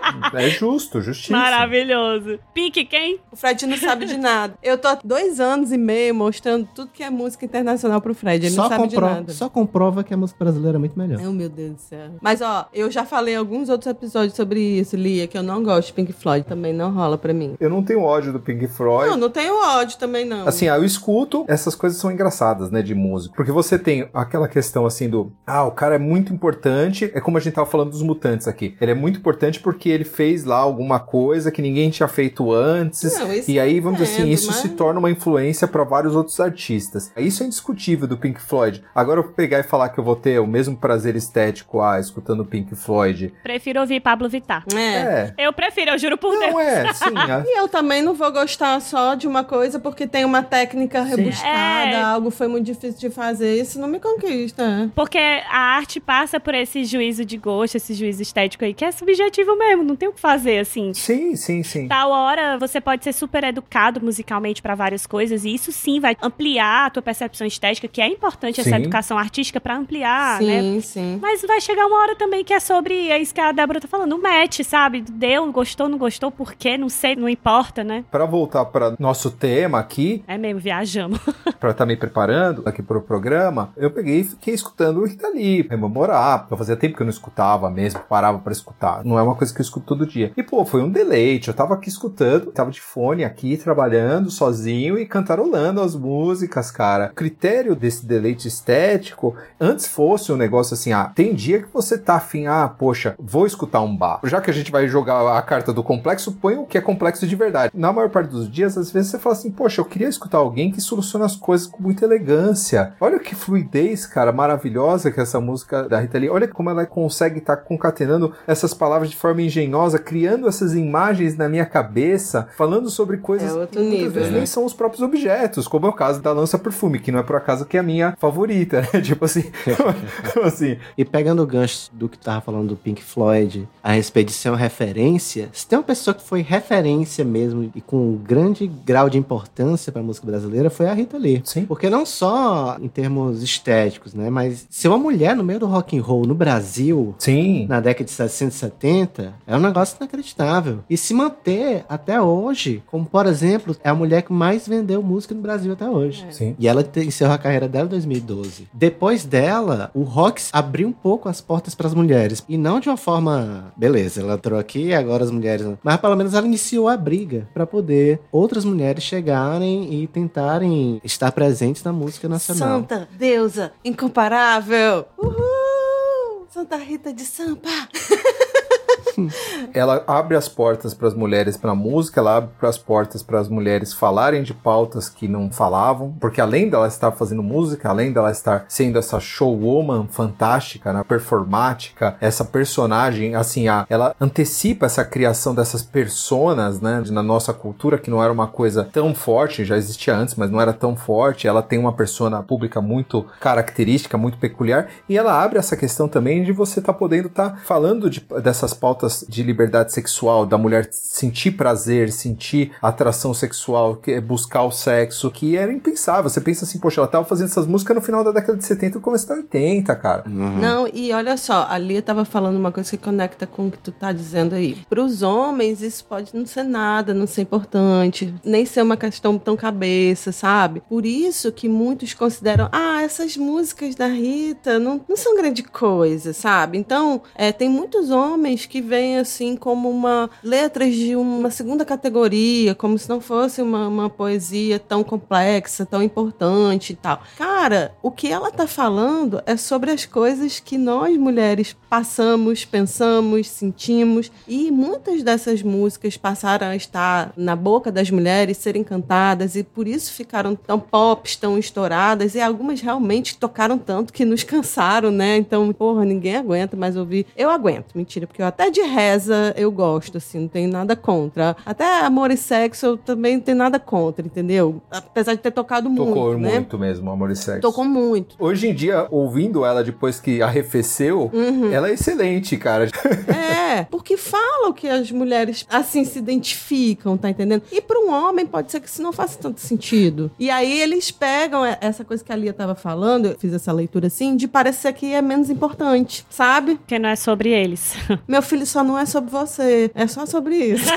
É justo, justíssimo. Maravilhoso. Pink, quem? O Fred não sabe de nada. Eu tô há 2 anos e meio mostrando tudo que é música internacional pro Fred. Ele não sabe de nada. Só comprova que a música brasileira é muito melhor. Oh, meu Deus do céu. Mas, ó, eu já falei em alguns outros episódios sobre isso, Lia, que eu não gosto de Pink Floyd. Também não rola pra mim. Eu não tenho ódio do Pink Floyd. Não tenho ódio também, não. Assim, eu escuto, essas coisas são engraçadas, né, de música. Porque você tem aquela questão, assim, o cara é muito importante, é como a gente tava falando dos Mutantes aqui. Ele é muito importante porque ele fez lá alguma coisa que ninguém tinha feito antes. Não, isso e aí, vamos dizer assim, isso mas... se torna uma influência para vários outros artistas. Isso é indiscutível do Pink Floyd. Agora, eu pegar e falar que eu vou ter o mesmo prazer estético, escutando Pink Floyd. Prefiro ouvir Pablo Vittar. Eu prefiro, eu juro por Deus. Não sim. E eu também não vou gostar só de uma coisa porque tem uma técnica rebuscada, algo foi muito difícil de fazer. Isso não me conquista. Porque a arte passa por esse juízo de gosto, esse juízo estético aí, que é subjetivo mesmo, não tem o que fazer, assim. Sim. Tal hora, você pode ser super educado musicalmente pra várias coisas, e isso sim vai ampliar a tua percepção estética, que é importante essa educação artística pra ampliar, né? Sim. Mas vai chegar uma hora também que é sobre, é isso que a Débora tá falando, o match, sabe? Deu, gostou, não gostou, por quê? Não sei, não importa, né? Pra voltar para nosso tema aqui... É mesmo, viajamos. Pra estar me preparando aqui pro programa, eu peguei e fiquei escutando o Rita Lee, rememorar, porque fazia tempo que eu não escutava mesmo, parava pra escutar. Não é uma coisa que eu escuto todo dia. E, foi um deleite. Eu tava aqui escutando, tava de fone aqui, trabalhando sozinho e cantarolando as músicas, cara. O critério desse deleite estético, antes fosse um negócio assim, tem dia que você tá afim, poxa, vou escutar um bar. Já que a gente vai jogar a carta do complexo, põe o que é complexo de verdade. Na maior parte dos dias, às vezes você fala assim, poxa, eu queria escutar alguém que soluciona as coisas com muita elegância. Olha que fluidez, cara, maravilhosa que essa música da Rita Lee. Olha como ela consegue estar concatenando essas palavras de forma engenhosa, criando essas imagens na minha cabeça, falando sobre coisas que muitas vezes nem são os próprios objetos, como é o caso da Lança Perfume, que não é por acaso que é a minha favorita, né? Tipo assim, assim. E pegando o gancho do que tu tava falando do Pink Floyd, a respeito de ser uma referência, se tem uma pessoa que foi referência mesmo e com um grande grau de importância pra música brasileira, foi a Rita Lee. Sim. Porque não só em termos estéticos, né, mas ser uma mulher no meio do rock and roll no Brasil, sim, na década de 60 e 70, é um negócio inacreditável. E se manter até hoje, como por exemplo, é a mulher que mais vendeu música no Brasil até hoje. Sim. E ela encerrou a carreira dela em 2012. Depois dela, o rock abriu um pouco as portas para as mulheres. E não de uma forma, beleza, ela entrou aqui, agora as mulheres... Mas pelo menos ela iniciou a briga para poder outras mulheres chegarem e tentarem estar presentes na música nacional. Santa deusa incomparável! Uhul! Santa Rita de Sampa! Ela abre as portas para as mulheres para a música, ela abre as portas para as mulheres falarem de pautas que não falavam, porque além dela estar fazendo música, além dela estar sendo essa showwoman fantástica, né, performática, essa personagem, assim, ela antecipa essa criação dessas personas, né, na nossa cultura, que não era uma coisa tão forte, já existia antes, mas não era tão forte. Ela tem uma persona pública muito característica, muito peculiar, e ela abre essa questão também de você estar podendo estar falando dessas pautas de liberdade sexual, da mulher sentir prazer, sentir atração sexual, buscar o sexo, que era impensável. Você pensa assim, poxa, ela tava fazendo essas músicas no final da década de 70 e no começo da 80, cara. Não, e olha só, a Lia tava falando uma coisa que conecta com o que tu tá dizendo aí. Pros homens, isso pode não ser nada, não ser importante, nem ser uma questão tão cabeça, sabe? Por isso que muitos consideram, essas músicas da Rita não são grande coisa, sabe? Então, tem muitos homens que veem assim como letras de uma segunda categoria, como se não fosse uma poesia tão complexa, tão importante e tal. Cara, o que ela tá falando é sobre as coisas que nós mulheres passamos, pensamos, sentimos, e muitas dessas músicas passaram a estar na boca das mulheres, serem cantadas, e por isso ficaram tão pop, tão estouradas, e algumas realmente tocaram tanto que nos cansaram, né? Então, porra, ninguém aguenta mais ouvir. Eu aguento, mentira, porque eu até de reza eu gosto, assim, não tenho nada contra. Até Amor e Sexo eu também não tenho nada contra, entendeu? Apesar de ter tocado muito, Tocou né? muito mesmo, Amor e Sexo. Tocou muito. Hoje em dia, ouvindo ela depois que arrefeceu, ela é excelente, cara. Porque fala o que as mulheres, assim, se identificam, tá entendendo? E para um homem pode ser que isso não faça tanto sentido. E aí eles pegam essa coisa que a Lia tava falando, eu fiz essa leitura assim, de parecer que é menos importante, sabe? Porque não é sobre eles. Meu filho só não é sobre você, é só sobre isso.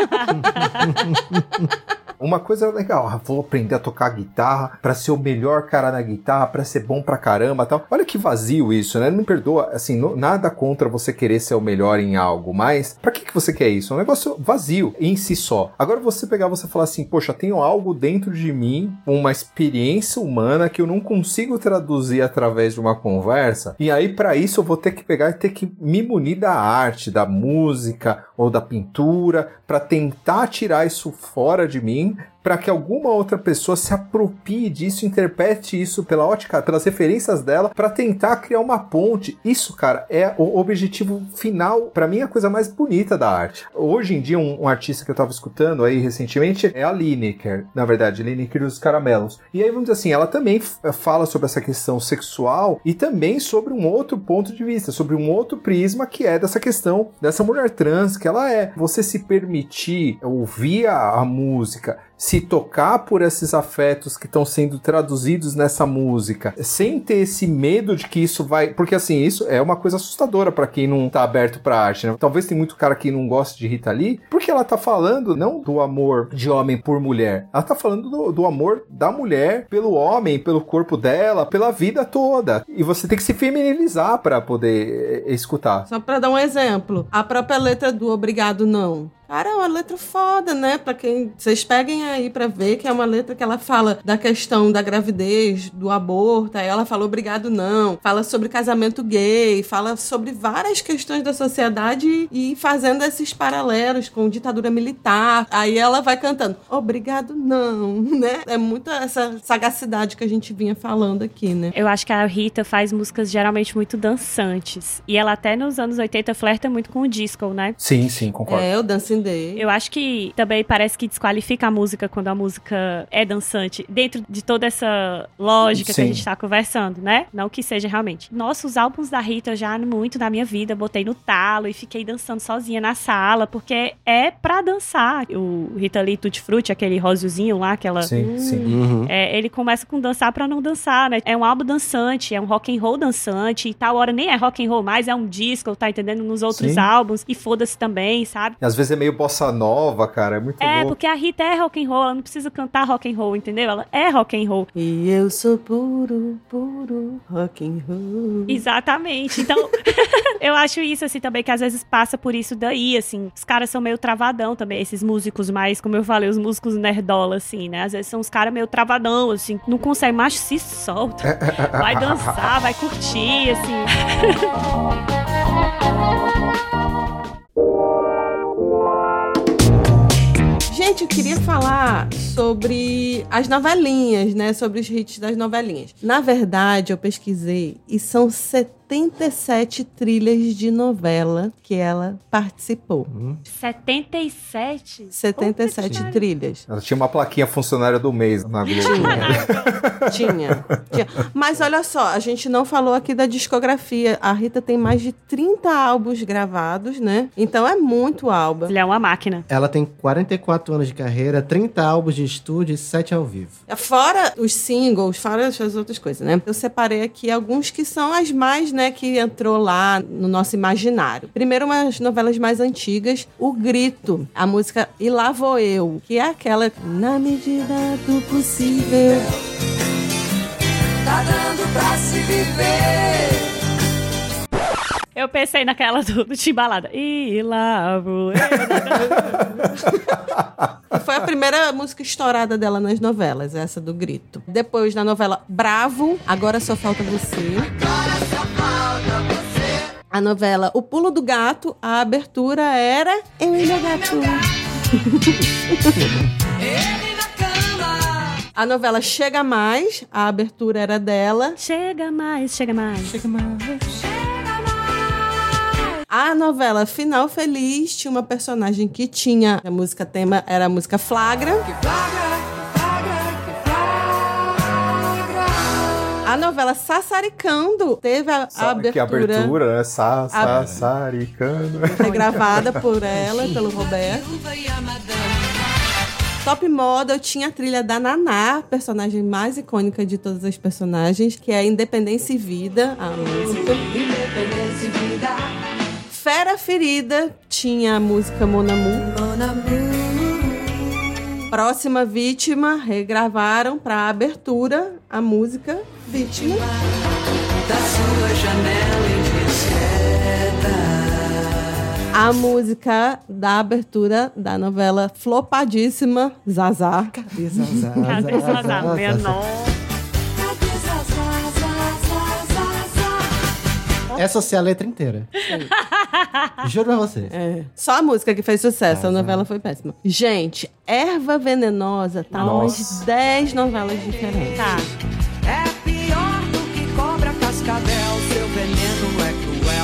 Uma coisa legal, vou aprender a tocar guitarra pra ser o melhor cara na guitarra, pra ser bom pra caramba e tal. Olha que vazio isso, né? Não me perdoa, assim, nada contra você querer ser o melhor em algo, mas pra que você quer isso? É um negócio vazio em si só. Agora você pegar, você falar assim, poxa, tenho algo dentro de mim, uma experiência humana que eu não consigo traduzir através de uma conversa, e aí pra isso eu vou ter que pegar e ter que me munir da arte, da música ou da pintura, pra tentar tirar isso fora de mim, para que alguma outra pessoa se aproprie disso, interprete isso pela ótica, pelas referências dela, para tentar criar uma ponte. Isso, cara, é o objetivo final, para mim, é a coisa mais bonita da arte. Hoje em dia, um artista que eu tava escutando aí recentemente é a Lineker, na verdade, Lineker dos Caramelos. E aí, vamos dizer assim, ela também fala sobre essa questão sexual e também sobre um outro ponto de vista, sobre um outro prisma, que é dessa questão dessa mulher trans, que ela é. Você se permitir ouvir a música, se tocar por esses afetos que estão sendo traduzidos nessa música, sem ter esse medo de que isso vai... Porque, assim, isso é uma coisa assustadora pra quem não tá aberto pra arte, né? Talvez tem muito cara que não gosta de Rita Lee, porque ela tá falando não do amor de homem por mulher, ela tá falando do amor da mulher pelo homem, pelo corpo dela, pela vida toda. E você tem que se feminilizar pra poder escutar. Só pra dar um exemplo, a própria letra do Obrigado Não. Cara, é uma letra foda, né? Pra quem... Vocês peguem aí pra ver que é uma letra que ela fala da questão da gravidez, do aborto, aí ela fala obrigado não, fala sobre casamento gay, fala sobre várias questões da sociedade e fazendo esses paralelos com ditadura militar. Aí ela vai cantando obrigado não, né? É muita essa sagacidade que a gente vinha falando aqui, né? Eu acho que a Rita faz músicas geralmente muito dançantes. E ela até nos anos 80 flerta muito com o disco, né? Sim, concordo. É, o Dancing Day. Eu acho que também parece que desqualifica a música quando a música é dançante, dentro de toda essa lógica que a gente tá conversando, né? Não que seja realmente. Nossa, os álbuns da Rita eu já muito na minha vida, botei no talo e fiquei dançando sozinha na sala, porque é pra dançar. O Rita Lee Tutti Frutti, aquele rosiozinho lá, aquela... Sim. Uhum. ele começa com dançar pra não dançar, né? É um álbum dançante, é um rock and roll dançante, e tal hora nem é rock and roll mais, é um disco, tá entendendo? Nos outros álbuns, e foda-se também, sabe? E às vezes é meio bossa nova, cara, é muito louco. Porque a Rita é rock and roll, ela não precisa cantar rock and roll, entendeu? Ela é rock and roll. E eu sou puro rock and roll. Exatamente. Então, eu acho isso, assim, também, que às vezes passa por isso daí, assim. Os caras são meio travadão também, esses músicos mais, como eu falei, os músicos nerdola, assim, né? Às vezes são os caras meio travadão, assim, não consegue, mas se solta. Vai dançar, vai curtir, assim. Gente, eu queria falar sobre as novelinhas, né? Sobre os hits das novelinhas. Na verdade, eu pesquisei e são 77 trilhas de novela que ela participou. 77? 77 trilhas. Ela tinha uma plaquinha funcionária do mês na Globo. Tinha. Mas olha só, a gente não falou aqui da discografia. A Rita tem mais de 30 álbuns gravados, né? Então é muito álbum. Ele é uma máquina. Ela tem 44 anos de carreira, 30 álbuns de estúdio e 7 ao vivo. Fora os singles, fora as outras coisas, né? Eu separei aqui alguns que são as mais, né, que entrou lá no nosso imaginário. Primeiro, umas novelas mais antigas, O Grito, a música E Lá Vou Eu, que é aquela na medida do possível. Tá dando pra se viver. Eu pensei naquela do Timbalada. E lá vou eu. Foi a primeira música estourada dela nas novelas, essa do Grito. Depois, na novela Bravo, Agora Só Falta Você. Agora só falta você. A novela O Pulo do Gato, a abertura era Eu e Meu Gato. Ele na cama. A novela Chega Mais, a abertura era dela. Chega mais, chega mais. Chega mais. A novela Final Feliz tinha uma personagem que tinha a música tema, era a música Flagra. Que flagra, que flagra, que flagra. A novela Sassaricando teve a abertura. Que abertura, né? Sassaricando. Foi gravada por ela, pelo Roberto. Viúva e a madame. Top Model tinha a trilha da Naná, personagem mais icônica de todas as personagens, que é Independência e Vida, a música. Independência e vida. Fera Ferida tinha a música Mon Amour. Próxima Vítima, regravaram pra abertura a música Vítima. Da sua janela indiscreta. A música da abertura da novela flopadíssima Zazá. Cadê Zazá? Cadê Zazá? Menor. Essa eu sei a letra inteira. Juro pra você. É. Só a música que fez sucesso, a novela foi péssima. Gente, Erva Venenosa tá umas 10 novelas diferentes. Tá. É pior do que cobra cascavel. Seu veneno é cruel.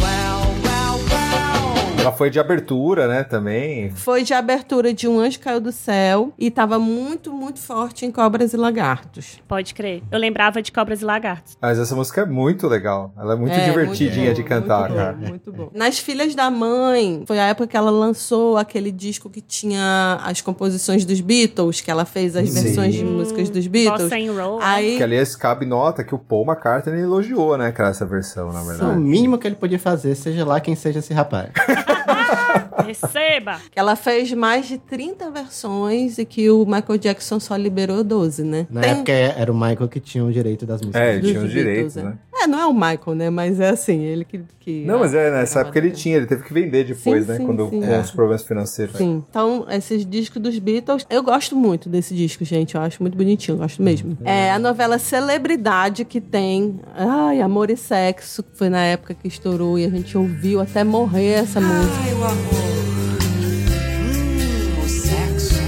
Ela foi de abertura, né, também. Foi de abertura de Um Anjo Caiu do Céu e tava muito, muito forte em Cobras e Lagartos. Pode crer. Eu lembrava de Cobras e Lagartos. Mas essa música é muito legal. Ela é muito divertidinha muito de cantar, muito cara. Bom, muito bom. Nas Filhas da Mãe, foi a época que ela lançou aquele disco que tinha as composições dos Beatles, que ela fez as versões de músicas dos Beatles. Bossa and Roll. Aí, Que, aliás, cabe nota que o Paul McCartney elogiou, né, cara, essa versão, na O verdade. mínimo que ele podia fazer, seja lá quem seja esse rapaz. Receba! que ela fez mais de 30 versões e que o Michael Jackson só liberou 12, né? Na época era o Michael que tinha o direito das músicas. É, ele dos tinha os direitos, Beatles, né? Não é o Michael, né? Mas é assim, ele que Não, mas nessa época ele tinha, ele teve que vender depois, Sim, né? sim, Quando sim. com os problemas financeiros. Sim. Então, esses discos dos Beatles, eu gosto muito desse disco, gente. Eu acho muito bonitinho, eu gosto mesmo. É a novela Celebridade que tem Amor e Sexo, que foi na época que estourou e a gente ouviu até morrer essa música. Ai, o amor. O sexo.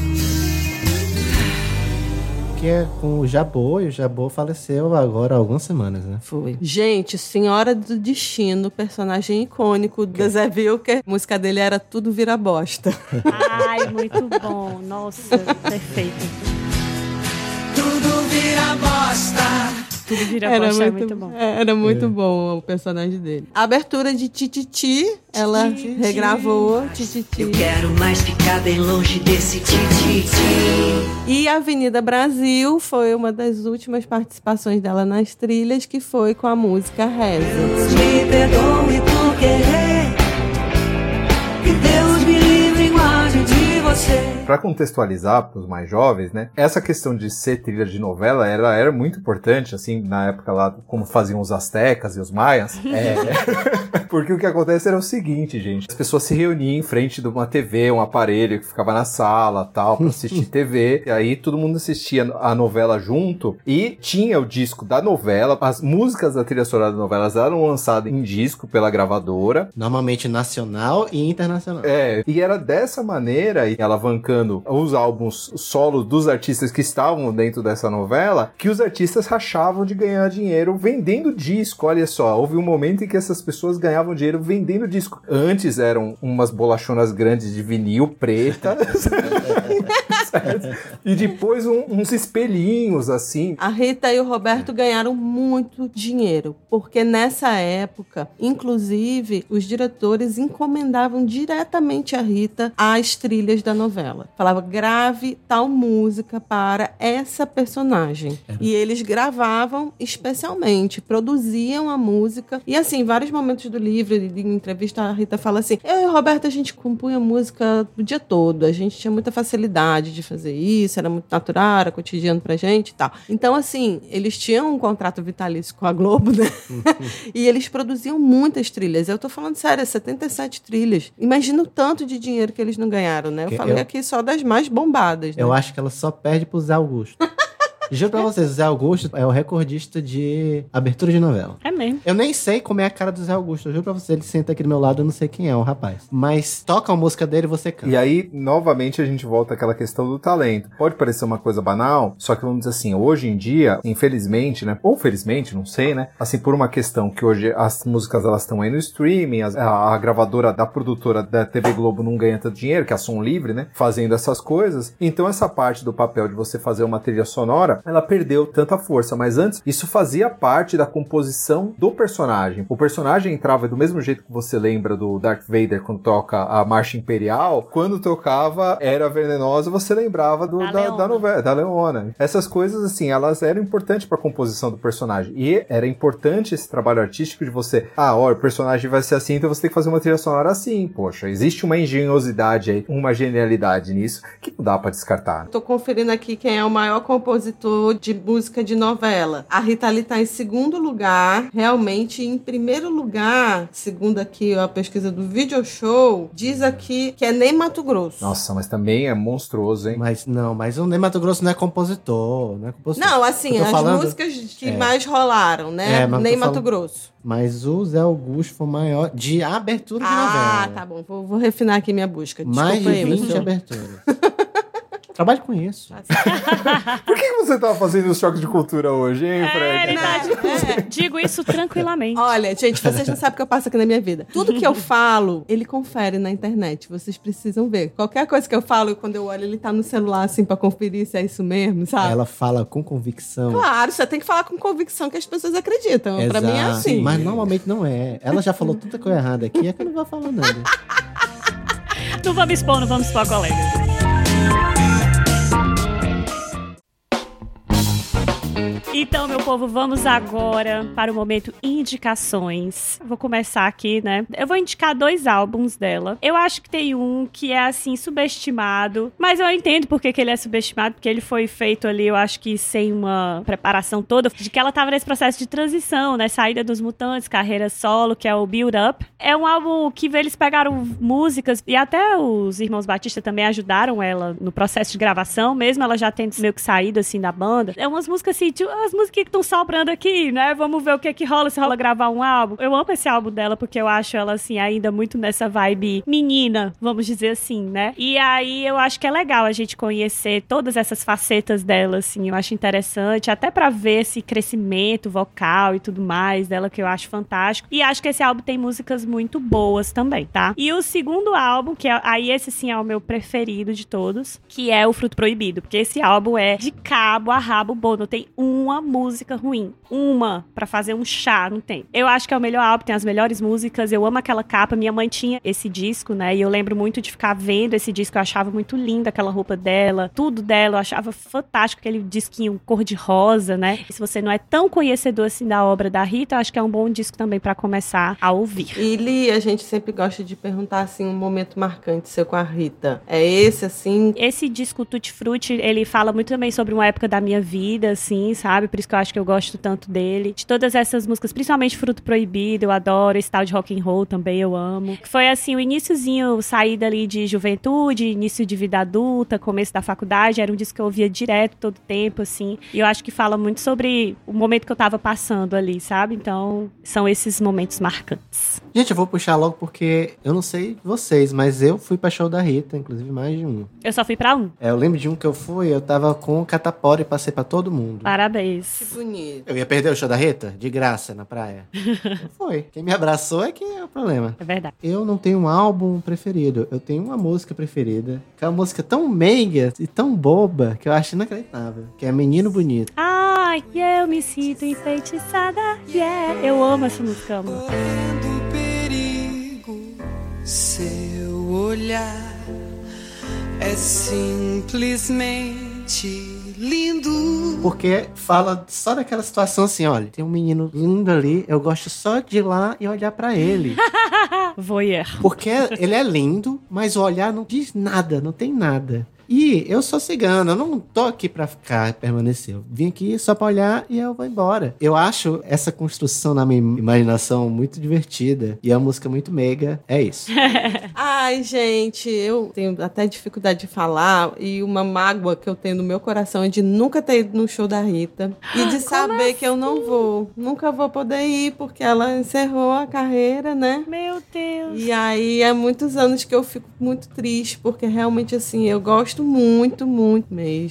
Que é com o Jabô, e o Jabô faleceu agora há algumas semanas, né? Foi. Gente, Senhora do Destino, personagem icônico do Zé Wilker. A música dele era Tudo Vira Bosta. Ai, muito bom. Nossa, perfeito. Tudo vira bosta. Tudo vira bosta, é muito bom. Era muito bom o personagem dele. A abertura de Tititi, ela regravou Tititi. Eu quero mais ficar bem longe desse tititi. E a Avenida Brasil foi uma das últimas participações dela nas trilhas, que foi com a música Reza. Me perdoe por querer. Que Deus me livre em guarde de você. Pra contextualizar pros mais jovens, né? Essa questão de ser trilha de novela era muito importante, assim, na época lá, como faziam os astecas e os maias. Porque o que acontece era o seguinte, gente. As pessoas se reuniam em frente de uma TV, um aparelho que ficava na sala, tal, pra assistir TV. E aí todo mundo assistia a novela junto e tinha o disco da novela. As músicas da trilha sonora da novela eram lançadas em disco pela gravadora. Normalmente nacional e internacional. E era dessa maneira, e alavancando os álbuns solos dos artistas que estavam dentro dessa novela, que os artistas rachavam de ganhar dinheiro vendendo disco. Olha só, houve um momento em que essas pessoas ganhavam dinheiro vendendo disco. Antes eram umas bolachonas grandes de vinil preta, e depois uns espelhinhos, assim. A Rita e o Roberto ganharam muito dinheiro, porque nessa época, inclusive, os diretores encomendavam diretamente a Rita as trilhas da novela. Falava, grave tal música para essa personagem. E eles gravavam especialmente, produziam a música. E assim, em vários momentos do livro, em entrevista, a Rita fala assim, eu e o Roberto, a gente compunha música o dia todo, a gente tinha muita facilidade de fazer isso, era muito natural, era cotidiano pra gente e tal. Então, assim, eles tinham um contrato vitalício com a Globo, né? E eles produziam muitas trilhas. Eu tô falando sério, 77 trilhas. Imagina o tanto de dinheiro que eles não ganharam, né? Eu falei aqui só das mais bombadas, né? Eu acho que ela só perde pro Zé Augusto. Juro pra vocês, o Zé Augusto é o recordista de abertura de novela. É mesmo. Eu nem sei como é a cara do Zé Augusto. Eu juro pra você, ele senta aqui do meu lado, eu não sei quem é o rapaz. Mas toca a música dele e você canta. E aí, novamente, a gente volta àquela questão do talento. Pode parecer uma coisa banal, só que vamos dizer assim, hoje em dia, infelizmente, né? Ou felizmente, não sei, né? Assim, por uma questão que hoje as músicas, elas estão aí no streaming, a gravadora da produtora da TV Globo não ganha tanto dinheiro, que é a Som Livre, né? Fazendo essas coisas. Então, essa parte do papel de você fazer uma trilha sonora agora ela perdeu tanta força, mas antes isso fazia parte da composição do personagem. O personagem entrava do mesmo jeito que você lembra do Darth Vader quando toca a Marcha Imperial, quando tocava Era Venenosa, você lembrava da novela, da Leona. Essas coisas, assim, elas eram importantes pra composição do personagem. E era importante esse trabalho artístico de você, olha, o personagem vai ser assim, então você tem que fazer uma trilha sonora assim. Poxa, existe uma engenhosidade aí, uma genialidade nisso, que não dá pra descartar. Tô conferindo aqui quem é o maior compositor de música de novela. A Rita Lee tá em segundo lugar, realmente em primeiro lugar, segundo aqui a pesquisa do Video Show, diz aqui que é Ney Matogrosso. Nossa, mas também é monstruoso, hein? Mas o Ney Matogrosso não é compositor, Não, assim, as músicas que mais rolaram, né? Ney Matogrosso. Mas o Zé Augusto foi o maior de abertura de novela. Ah, tá bom. Vou refinar aqui minha busca. Desculpa mais de aí, 20 de abertura. Trabalho com isso. Por que você tava fazendo os choques de cultura hoje, hein, Fred? Digo isso tranquilamente. Olha, gente, vocês não sabem o que eu passo aqui na minha vida. Tudo que eu falo, ele confere na internet. Vocês precisam ver. Qualquer coisa que eu falo, quando eu olho, ele tá no celular, assim, pra conferir se é isso mesmo, sabe? Ela fala com convicção. Claro, você tem que falar com convicção que as pessoas acreditam. Exato. Pra mim é assim. Mas normalmente não é. Ela já falou tanta coisa errada aqui, é que eu não vou falar nada. Não vamos expor a colega. Então, meu povo, vamos agora para o momento indicações. Vou começar aqui, né? Eu vou indicar 2 álbuns dela. Eu acho que tem um que é, assim, subestimado, mas eu entendo por que ele é subestimado, porque ele foi feito ali, eu acho que sem uma preparação toda, de que ela tava nesse processo de transição, né? Saída dos Mutantes, carreira solo, que é o Build Up. É um álbum que eles pegaram músicas, e até os Irmãos Batista também ajudaram ela no processo de gravação, mesmo ela já tendo meio que saído, assim, da banda. É umas músicas, assim, tipo, as músicas que estão sobrando aqui, né? Vamos ver o que rola, se rola gravar um álbum. Eu amo esse álbum dela, porque eu acho ela, assim, ainda muito nessa vibe menina, vamos dizer assim, né? E aí eu acho que é legal a gente conhecer todas essas facetas dela, assim, eu acho interessante, até pra ver esse crescimento vocal e tudo mais dela, que eu acho fantástico. E acho que esse álbum tem músicas muito boas também, tá? E o segundo álbum, que é, aí esse sim é o meu preferido de todos, que é o Fruto Proibido, porque esse álbum é de cabo a rabo bom, não tem uma música ruim. Uma pra fazer um chá, não tem. Eu acho que é o melhor álbum, tem as melhores músicas, eu amo aquela capa, minha mãe tinha esse disco, né, e eu lembro muito de ficar vendo esse disco, eu achava muito linda aquela roupa dela, tudo dela, eu achava fantástico aquele disquinho cor-de-rosa, né, e se você não é tão conhecedor assim da obra da Rita, eu acho que é um bom disco também pra começar a ouvir. E Li, a gente sempre gosta de perguntar, assim, um momento marcante seu com a Rita. É esse, assim? Esse disco Tutti Frutti, ele fala muito também sobre uma época da minha vida, assim, sabe? Por isso que eu acho que eu gosto tanto dele. De todas essas músicas, principalmente Fruto Proibido, eu adoro. Esse tal de rock and roll também eu amo. Foi, assim, o iniciozinho, saída ali de juventude, início de vida adulta, começo da faculdade. Era um disco que eu ouvia direto, todo tempo, assim. E eu acho que fala muito sobre o momento que eu tava passando ali, sabe? Então, são esses momentos marcantes. Gente, eu vou puxar logo porque eu não sei vocês, mas eu fui pra show da Rita, inclusive mais de um. Eu só fui pra um. Eu lembro de um que eu fui, eu tava com o catapora e passei pra todo mundo. Parabéns. Que bonito. Eu ia perder o show da Rita? De graça, na praia. Foi. Quem me abraçou é que é o problema. É verdade. Eu não tenho um álbum preferido. Eu tenho uma música preferida. Que é uma música tão meiga e tão boba que eu acho inacreditável. Que é Menino Bonito. Ai, eu me sinto enfeitiçada. Yeah. Eu amo essa música, amor. Correndo perigo, seu olhar é simplesmente lindo. Porque fala só daquela situação assim, olha, tem um menino lindo ali, eu gosto só de ir lá e olhar pra ele. Voyeur. Porque ele é lindo, mas o olhar não diz nada, não tem nada. E eu sou cigano, eu não tô aqui pra ficar, permanecer. Eu vim aqui só pra olhar e eu vou embora. Eu acho essa construção na minha imaginação muito divertida. E a música muito meiga. É isso. Ai, gente, eu tenho até dificuldade de falar. E uma mágoa que eu tenho no meu coração é de nunca ter ido no show da Rita. E de saber que eu não vou. Nunca vou poder ir, porque ela encerrou a carreira, né? Meu Deus. E aí, há muitos anos que eu fico muito triste, porque realmente, assim, eu gosto muito, muito mesmo.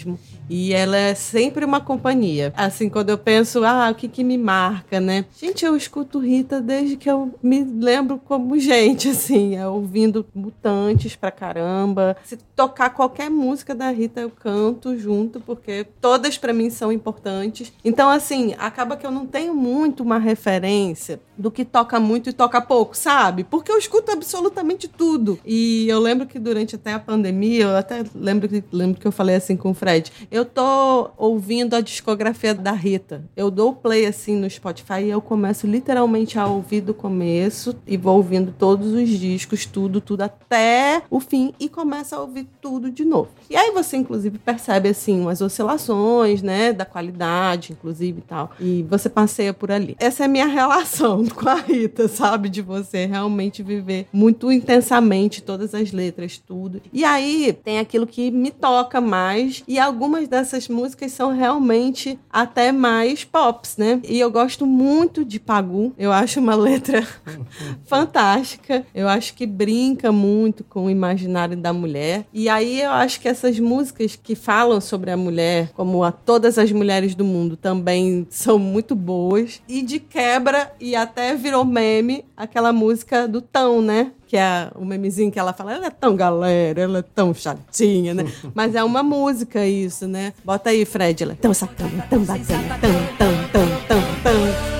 E ela é sempre uma companhia. Assim, quando eu penso, o que me marca, né? Gente, eu escuto Rita desde que eu me lembro como gente, assim, ouvindo Mutantes pra caramba. Se tocar qualquer música da Rita, eu canto junto, porque todas pra mim são importantes. Então, assim, acaba que eu não tenho muito uma referência do que toca muito e toca pouco, sabe? Porque eu escuto absolutamente tudo. E eu lembro que durante até a pandemia, eu até lembro que eu falei assim com o Fred, eu tô ouvindo a discografia da Rita. Eu dou play assim no Spotify e eu começo literalmente a ouvir do começo e vou ouvindo todos os discos, tudo até o fim e começo a ouvir tudo de novo. E aí você, inclusive, percebe, assim, umas oscilações, né, da qualidade, inclusive, e tal. E você passeia por ali. Essa é a minha relação com a Rita, sabe? De você realmente viver muito intensamente todas as letras, tudo. E aí tem aquilo que me toca mais e algumas dessas músicas são realmente até mais pops, né? E eu gosto muito de Pagu. Eu acho uma letra fantástica. Eu acho que brinca muito com o imaginário da mulher. E aí eu acho que essas músicas que falam sobre a mulher, como a todas as mulheres do mundo, também são muito boas. E de quebra, e até virou meme, aquela música do Tão, né? Que é o memezinho que ela fala, ela é tão galera, ela é tão chatinha, né? Mas é uma música isso, né? Bota aí, Fred, ela é tão sacana, tão bacana, tão.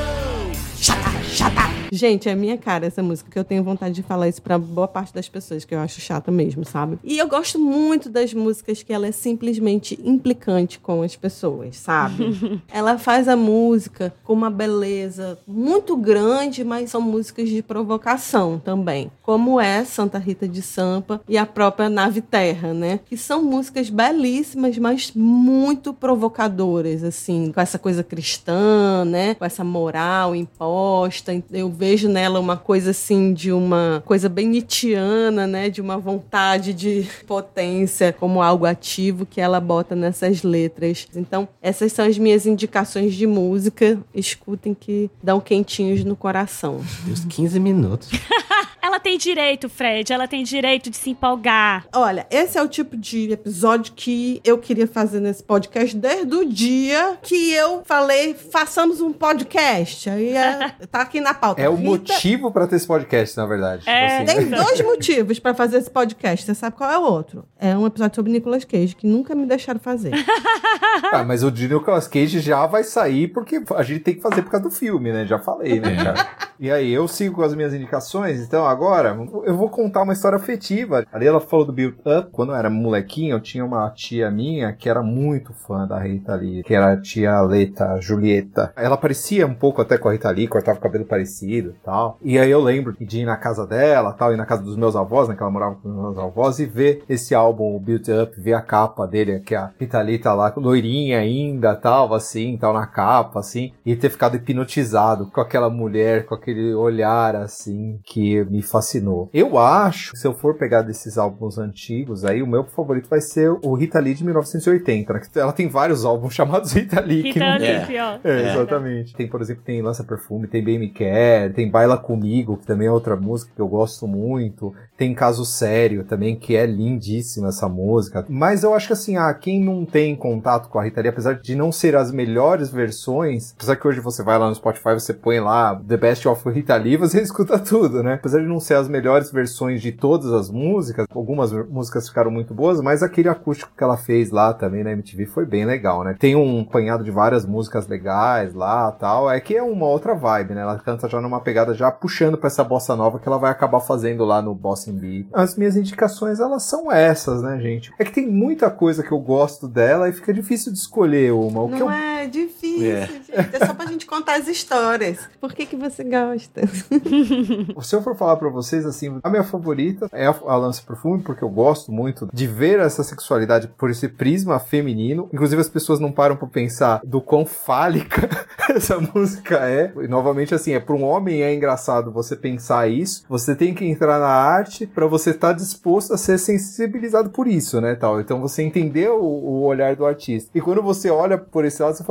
Chata. Gente, é minha cara essa música, que eu tenho vontade de falar isso pra boa parte das pessoas, que eu acho chata mesmo, sabe? E eu gosto muito das músicas que ela é simplesmente implicante com as pessoas, sabe? Ela faz a música com uma beleza muito grande, mas são músicas de provocação também, como é Santa Rita de Sampa e a própria Nave Terra, né? Que são músicas belíssimas, mas muito provocadoras, assim, com essa coisa cristã, né? Com essa moral imposta. Eu vejo nela uma coisa assim, de uma coisa bem nietzschiana, né? De uma vontade de potência como algo ativo que ela bota nessas letras. Então, essas são as minhas indicações de música. Escutem que dão quentinhos no coração. Uns 15 minutos. Ela tem direito, Fred, ela tem direito de se empolgar. Olha, esse é o tipo de episódio que eu queria fazer nesse podcast desde o dia que eu falei, façamos um podcast. Aí tá aqui na pauta. É o motivo pra ter esse podcast, na verdade. Tem 2 motivos pra fazer esse podcast. Você sabe qual é o outro? É um episódio sobre Nicolas Cage, que nunca me deixaram fazer. Mas o de Nicolas Cage já vai sair, porque a gente tem que fazer por causa do filme, né? Já falei, né, cara? E aí, eu sigo com as minhas indicações, então agora eu vou contar uma história afetiva. Ali ela falou do Built Up. Quando eu era molequinho, eu tinha uma tia minha que era muito fã da Rita Lee, que era a tia Leta, Julieta. Ela parecia um pouco até com a Rita Lee, cortava o cabelo parecido e tal. E aí eu lembro de ir na casa dela, tal, e na casa dos meus avós, né, que ela morava com os meus avós, e ver esse álbum, o Built Up, ver a capa dele, que a Rita Lee tá lá, loirinha ainda, tal, assim, tal, na capa, assim, e ter ficado hipnotizado com aquela mulher, com aquele olhar, assim, que me fascinou. Eu acho, se eu for pegar desses álbuns antigos aí, o meu favorito vai ser o Rita Lee de 1980, né? Ela tem vários álbuns chamados Rita Lee. Rita Lee, pior. Exatamente. Tem, por exemplo, tem Lança Perfume, tem Bem Me Quer, tem Baila Comigo, que também é outra música que eu gosto muito. Tem Caso Sério também, que é lindíssima essa música. Mas eu acho que assim, quem não tem contato com a Rita Lee, apesar de não ser as melhores versões, apesar que hoje você vai lá no Spotify, você põe lá The Best of Rita Lee, você escuta tudo, né? Apesar de não ser as melhores versões de todas as músicas, algumas músicas ficaram muito boas, mas aquele acústico que ela fez lá também na MTV foi bem legal, né? Tem um apanhado de várias músicas legais lá, tal, é que é uma outra vibe, né? Ela canta já numa pegada já puxando pra essa bossa nova que ela vai acabar fazendo lá no Bossa Beat. As minhas indicações, elas são essas, né, gente? É que tem muita coisa que eu gosto dela e fica difícil de escolher uma. Não é difícil, gente. É só pra gente contar as histórias. Por que você gosta? Se eu for falar pra vocês, assim, a minha favorita é a Lança Perfume, porque eu gosto muito de ver essa sexualidade por esse prisma feminino. Inclusive, as pessoas não param pra pensar do quão fálica essa música é. E, novamente, assim, pra um homem é engraçado você pensar isso. Você tem que entrar na arte pra você estar disposto a ser sensibilizado por isso, né, tal. Então, você entender o olhar do artista. E quando você olha por esse lado, você fala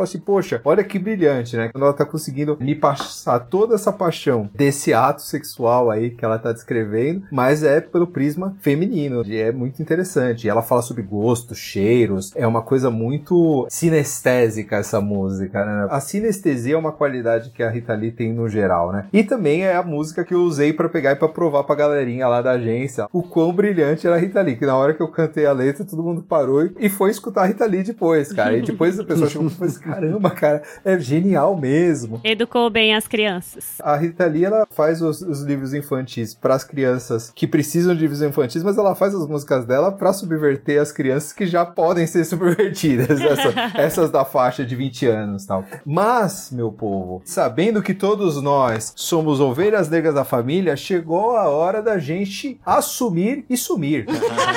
falo assim, poxa, olha que brilhante, né? Quando ela tá conseguindo me passar toda essa paixão desse ato sexual aí que ela tá descrevendo, mas é pelo prisma feminino, e é muito interessante. E ela fala sobre gosto, cheiros, é uma coisa muito sinestésica essa música, né? A sinestesia é uma qualidade que a Rita Lee tem no geral, né? E também é a música que eu usei pra pegar e pra provar pra galerinha lá da agência o quão brilhante era a Rita Lee, que na hora que eu cantei a letra, todo mundo parou e foi escutar a Rita Lee depois, cara. E depois a pessoa chegou e falou assim, caramba, cara, é genial mesmo. Educou bem as crianças. A Rita Lee, ela faz os livros infantis para as crianças que precisam de livros infantis, mas ela faz as músicas dela para subverter as crianças que já podem ser subvertidas, essas da faixa de 20 anos e tal. Mas, meu povo, sabendo que todos nós somos ovelhas negras da família, chegou a hora da gente assumir e sumir.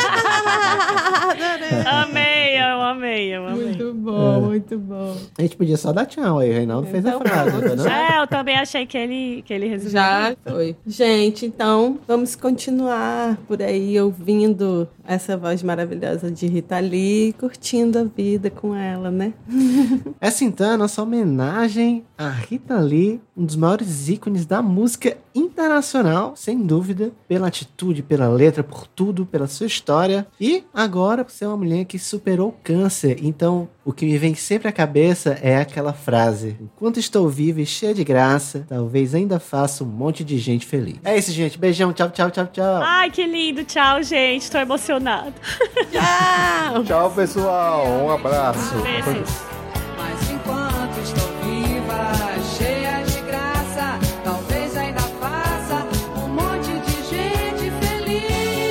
Amei, eu amei. Muito bom, muito bom. A gente podia só dar tchau aí, o Reinaldo fez a frase, não? Eu também achei que ele resumiu. Já foi. Gente, então vamos continuar por aí ouvindo essa voz maravilhosa de Rita Lee, curtindo a vida com ela, né? Essa então é a nossa homenagem a Rita Lee, um dos maiores ícones da música internacional, sem dúvida, pela atitude, pela letra, por tudo, pela sua história. E agora, por ser uma mulher que superou o câncer. Então, o que me vem sempre à cabeça é aquela frase: enquanto estou viva e cheia de graça, talvez ainda faça um monte de gente feliz. É isso, gente. Beijão. Tchau, tchau, tchau, tchau. Ai, que lindo. Tchau, gente. Tô emocionada. Tchau! Tchau, pessoal. Um abraço. Beijos. Mas enquanto estou viva, cheia de graça, talvez ainda faça um monte de gente feliz.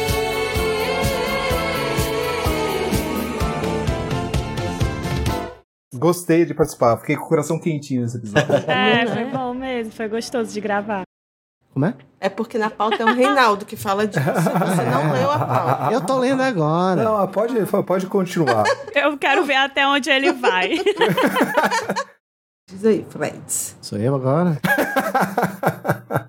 Gostei de participar. Fiquei com o coração quentinho nesse episódio. Foi bom mesmo. Foi gostoso de gravar. Como é? É porque na pauta é o Reinaldo que fala disso. Você não leu a pauta. Eu tô lendo agora. Não, pode continuar. Eu quero ver até onde ele vai. Diz aí, Freds. Sou eu agora?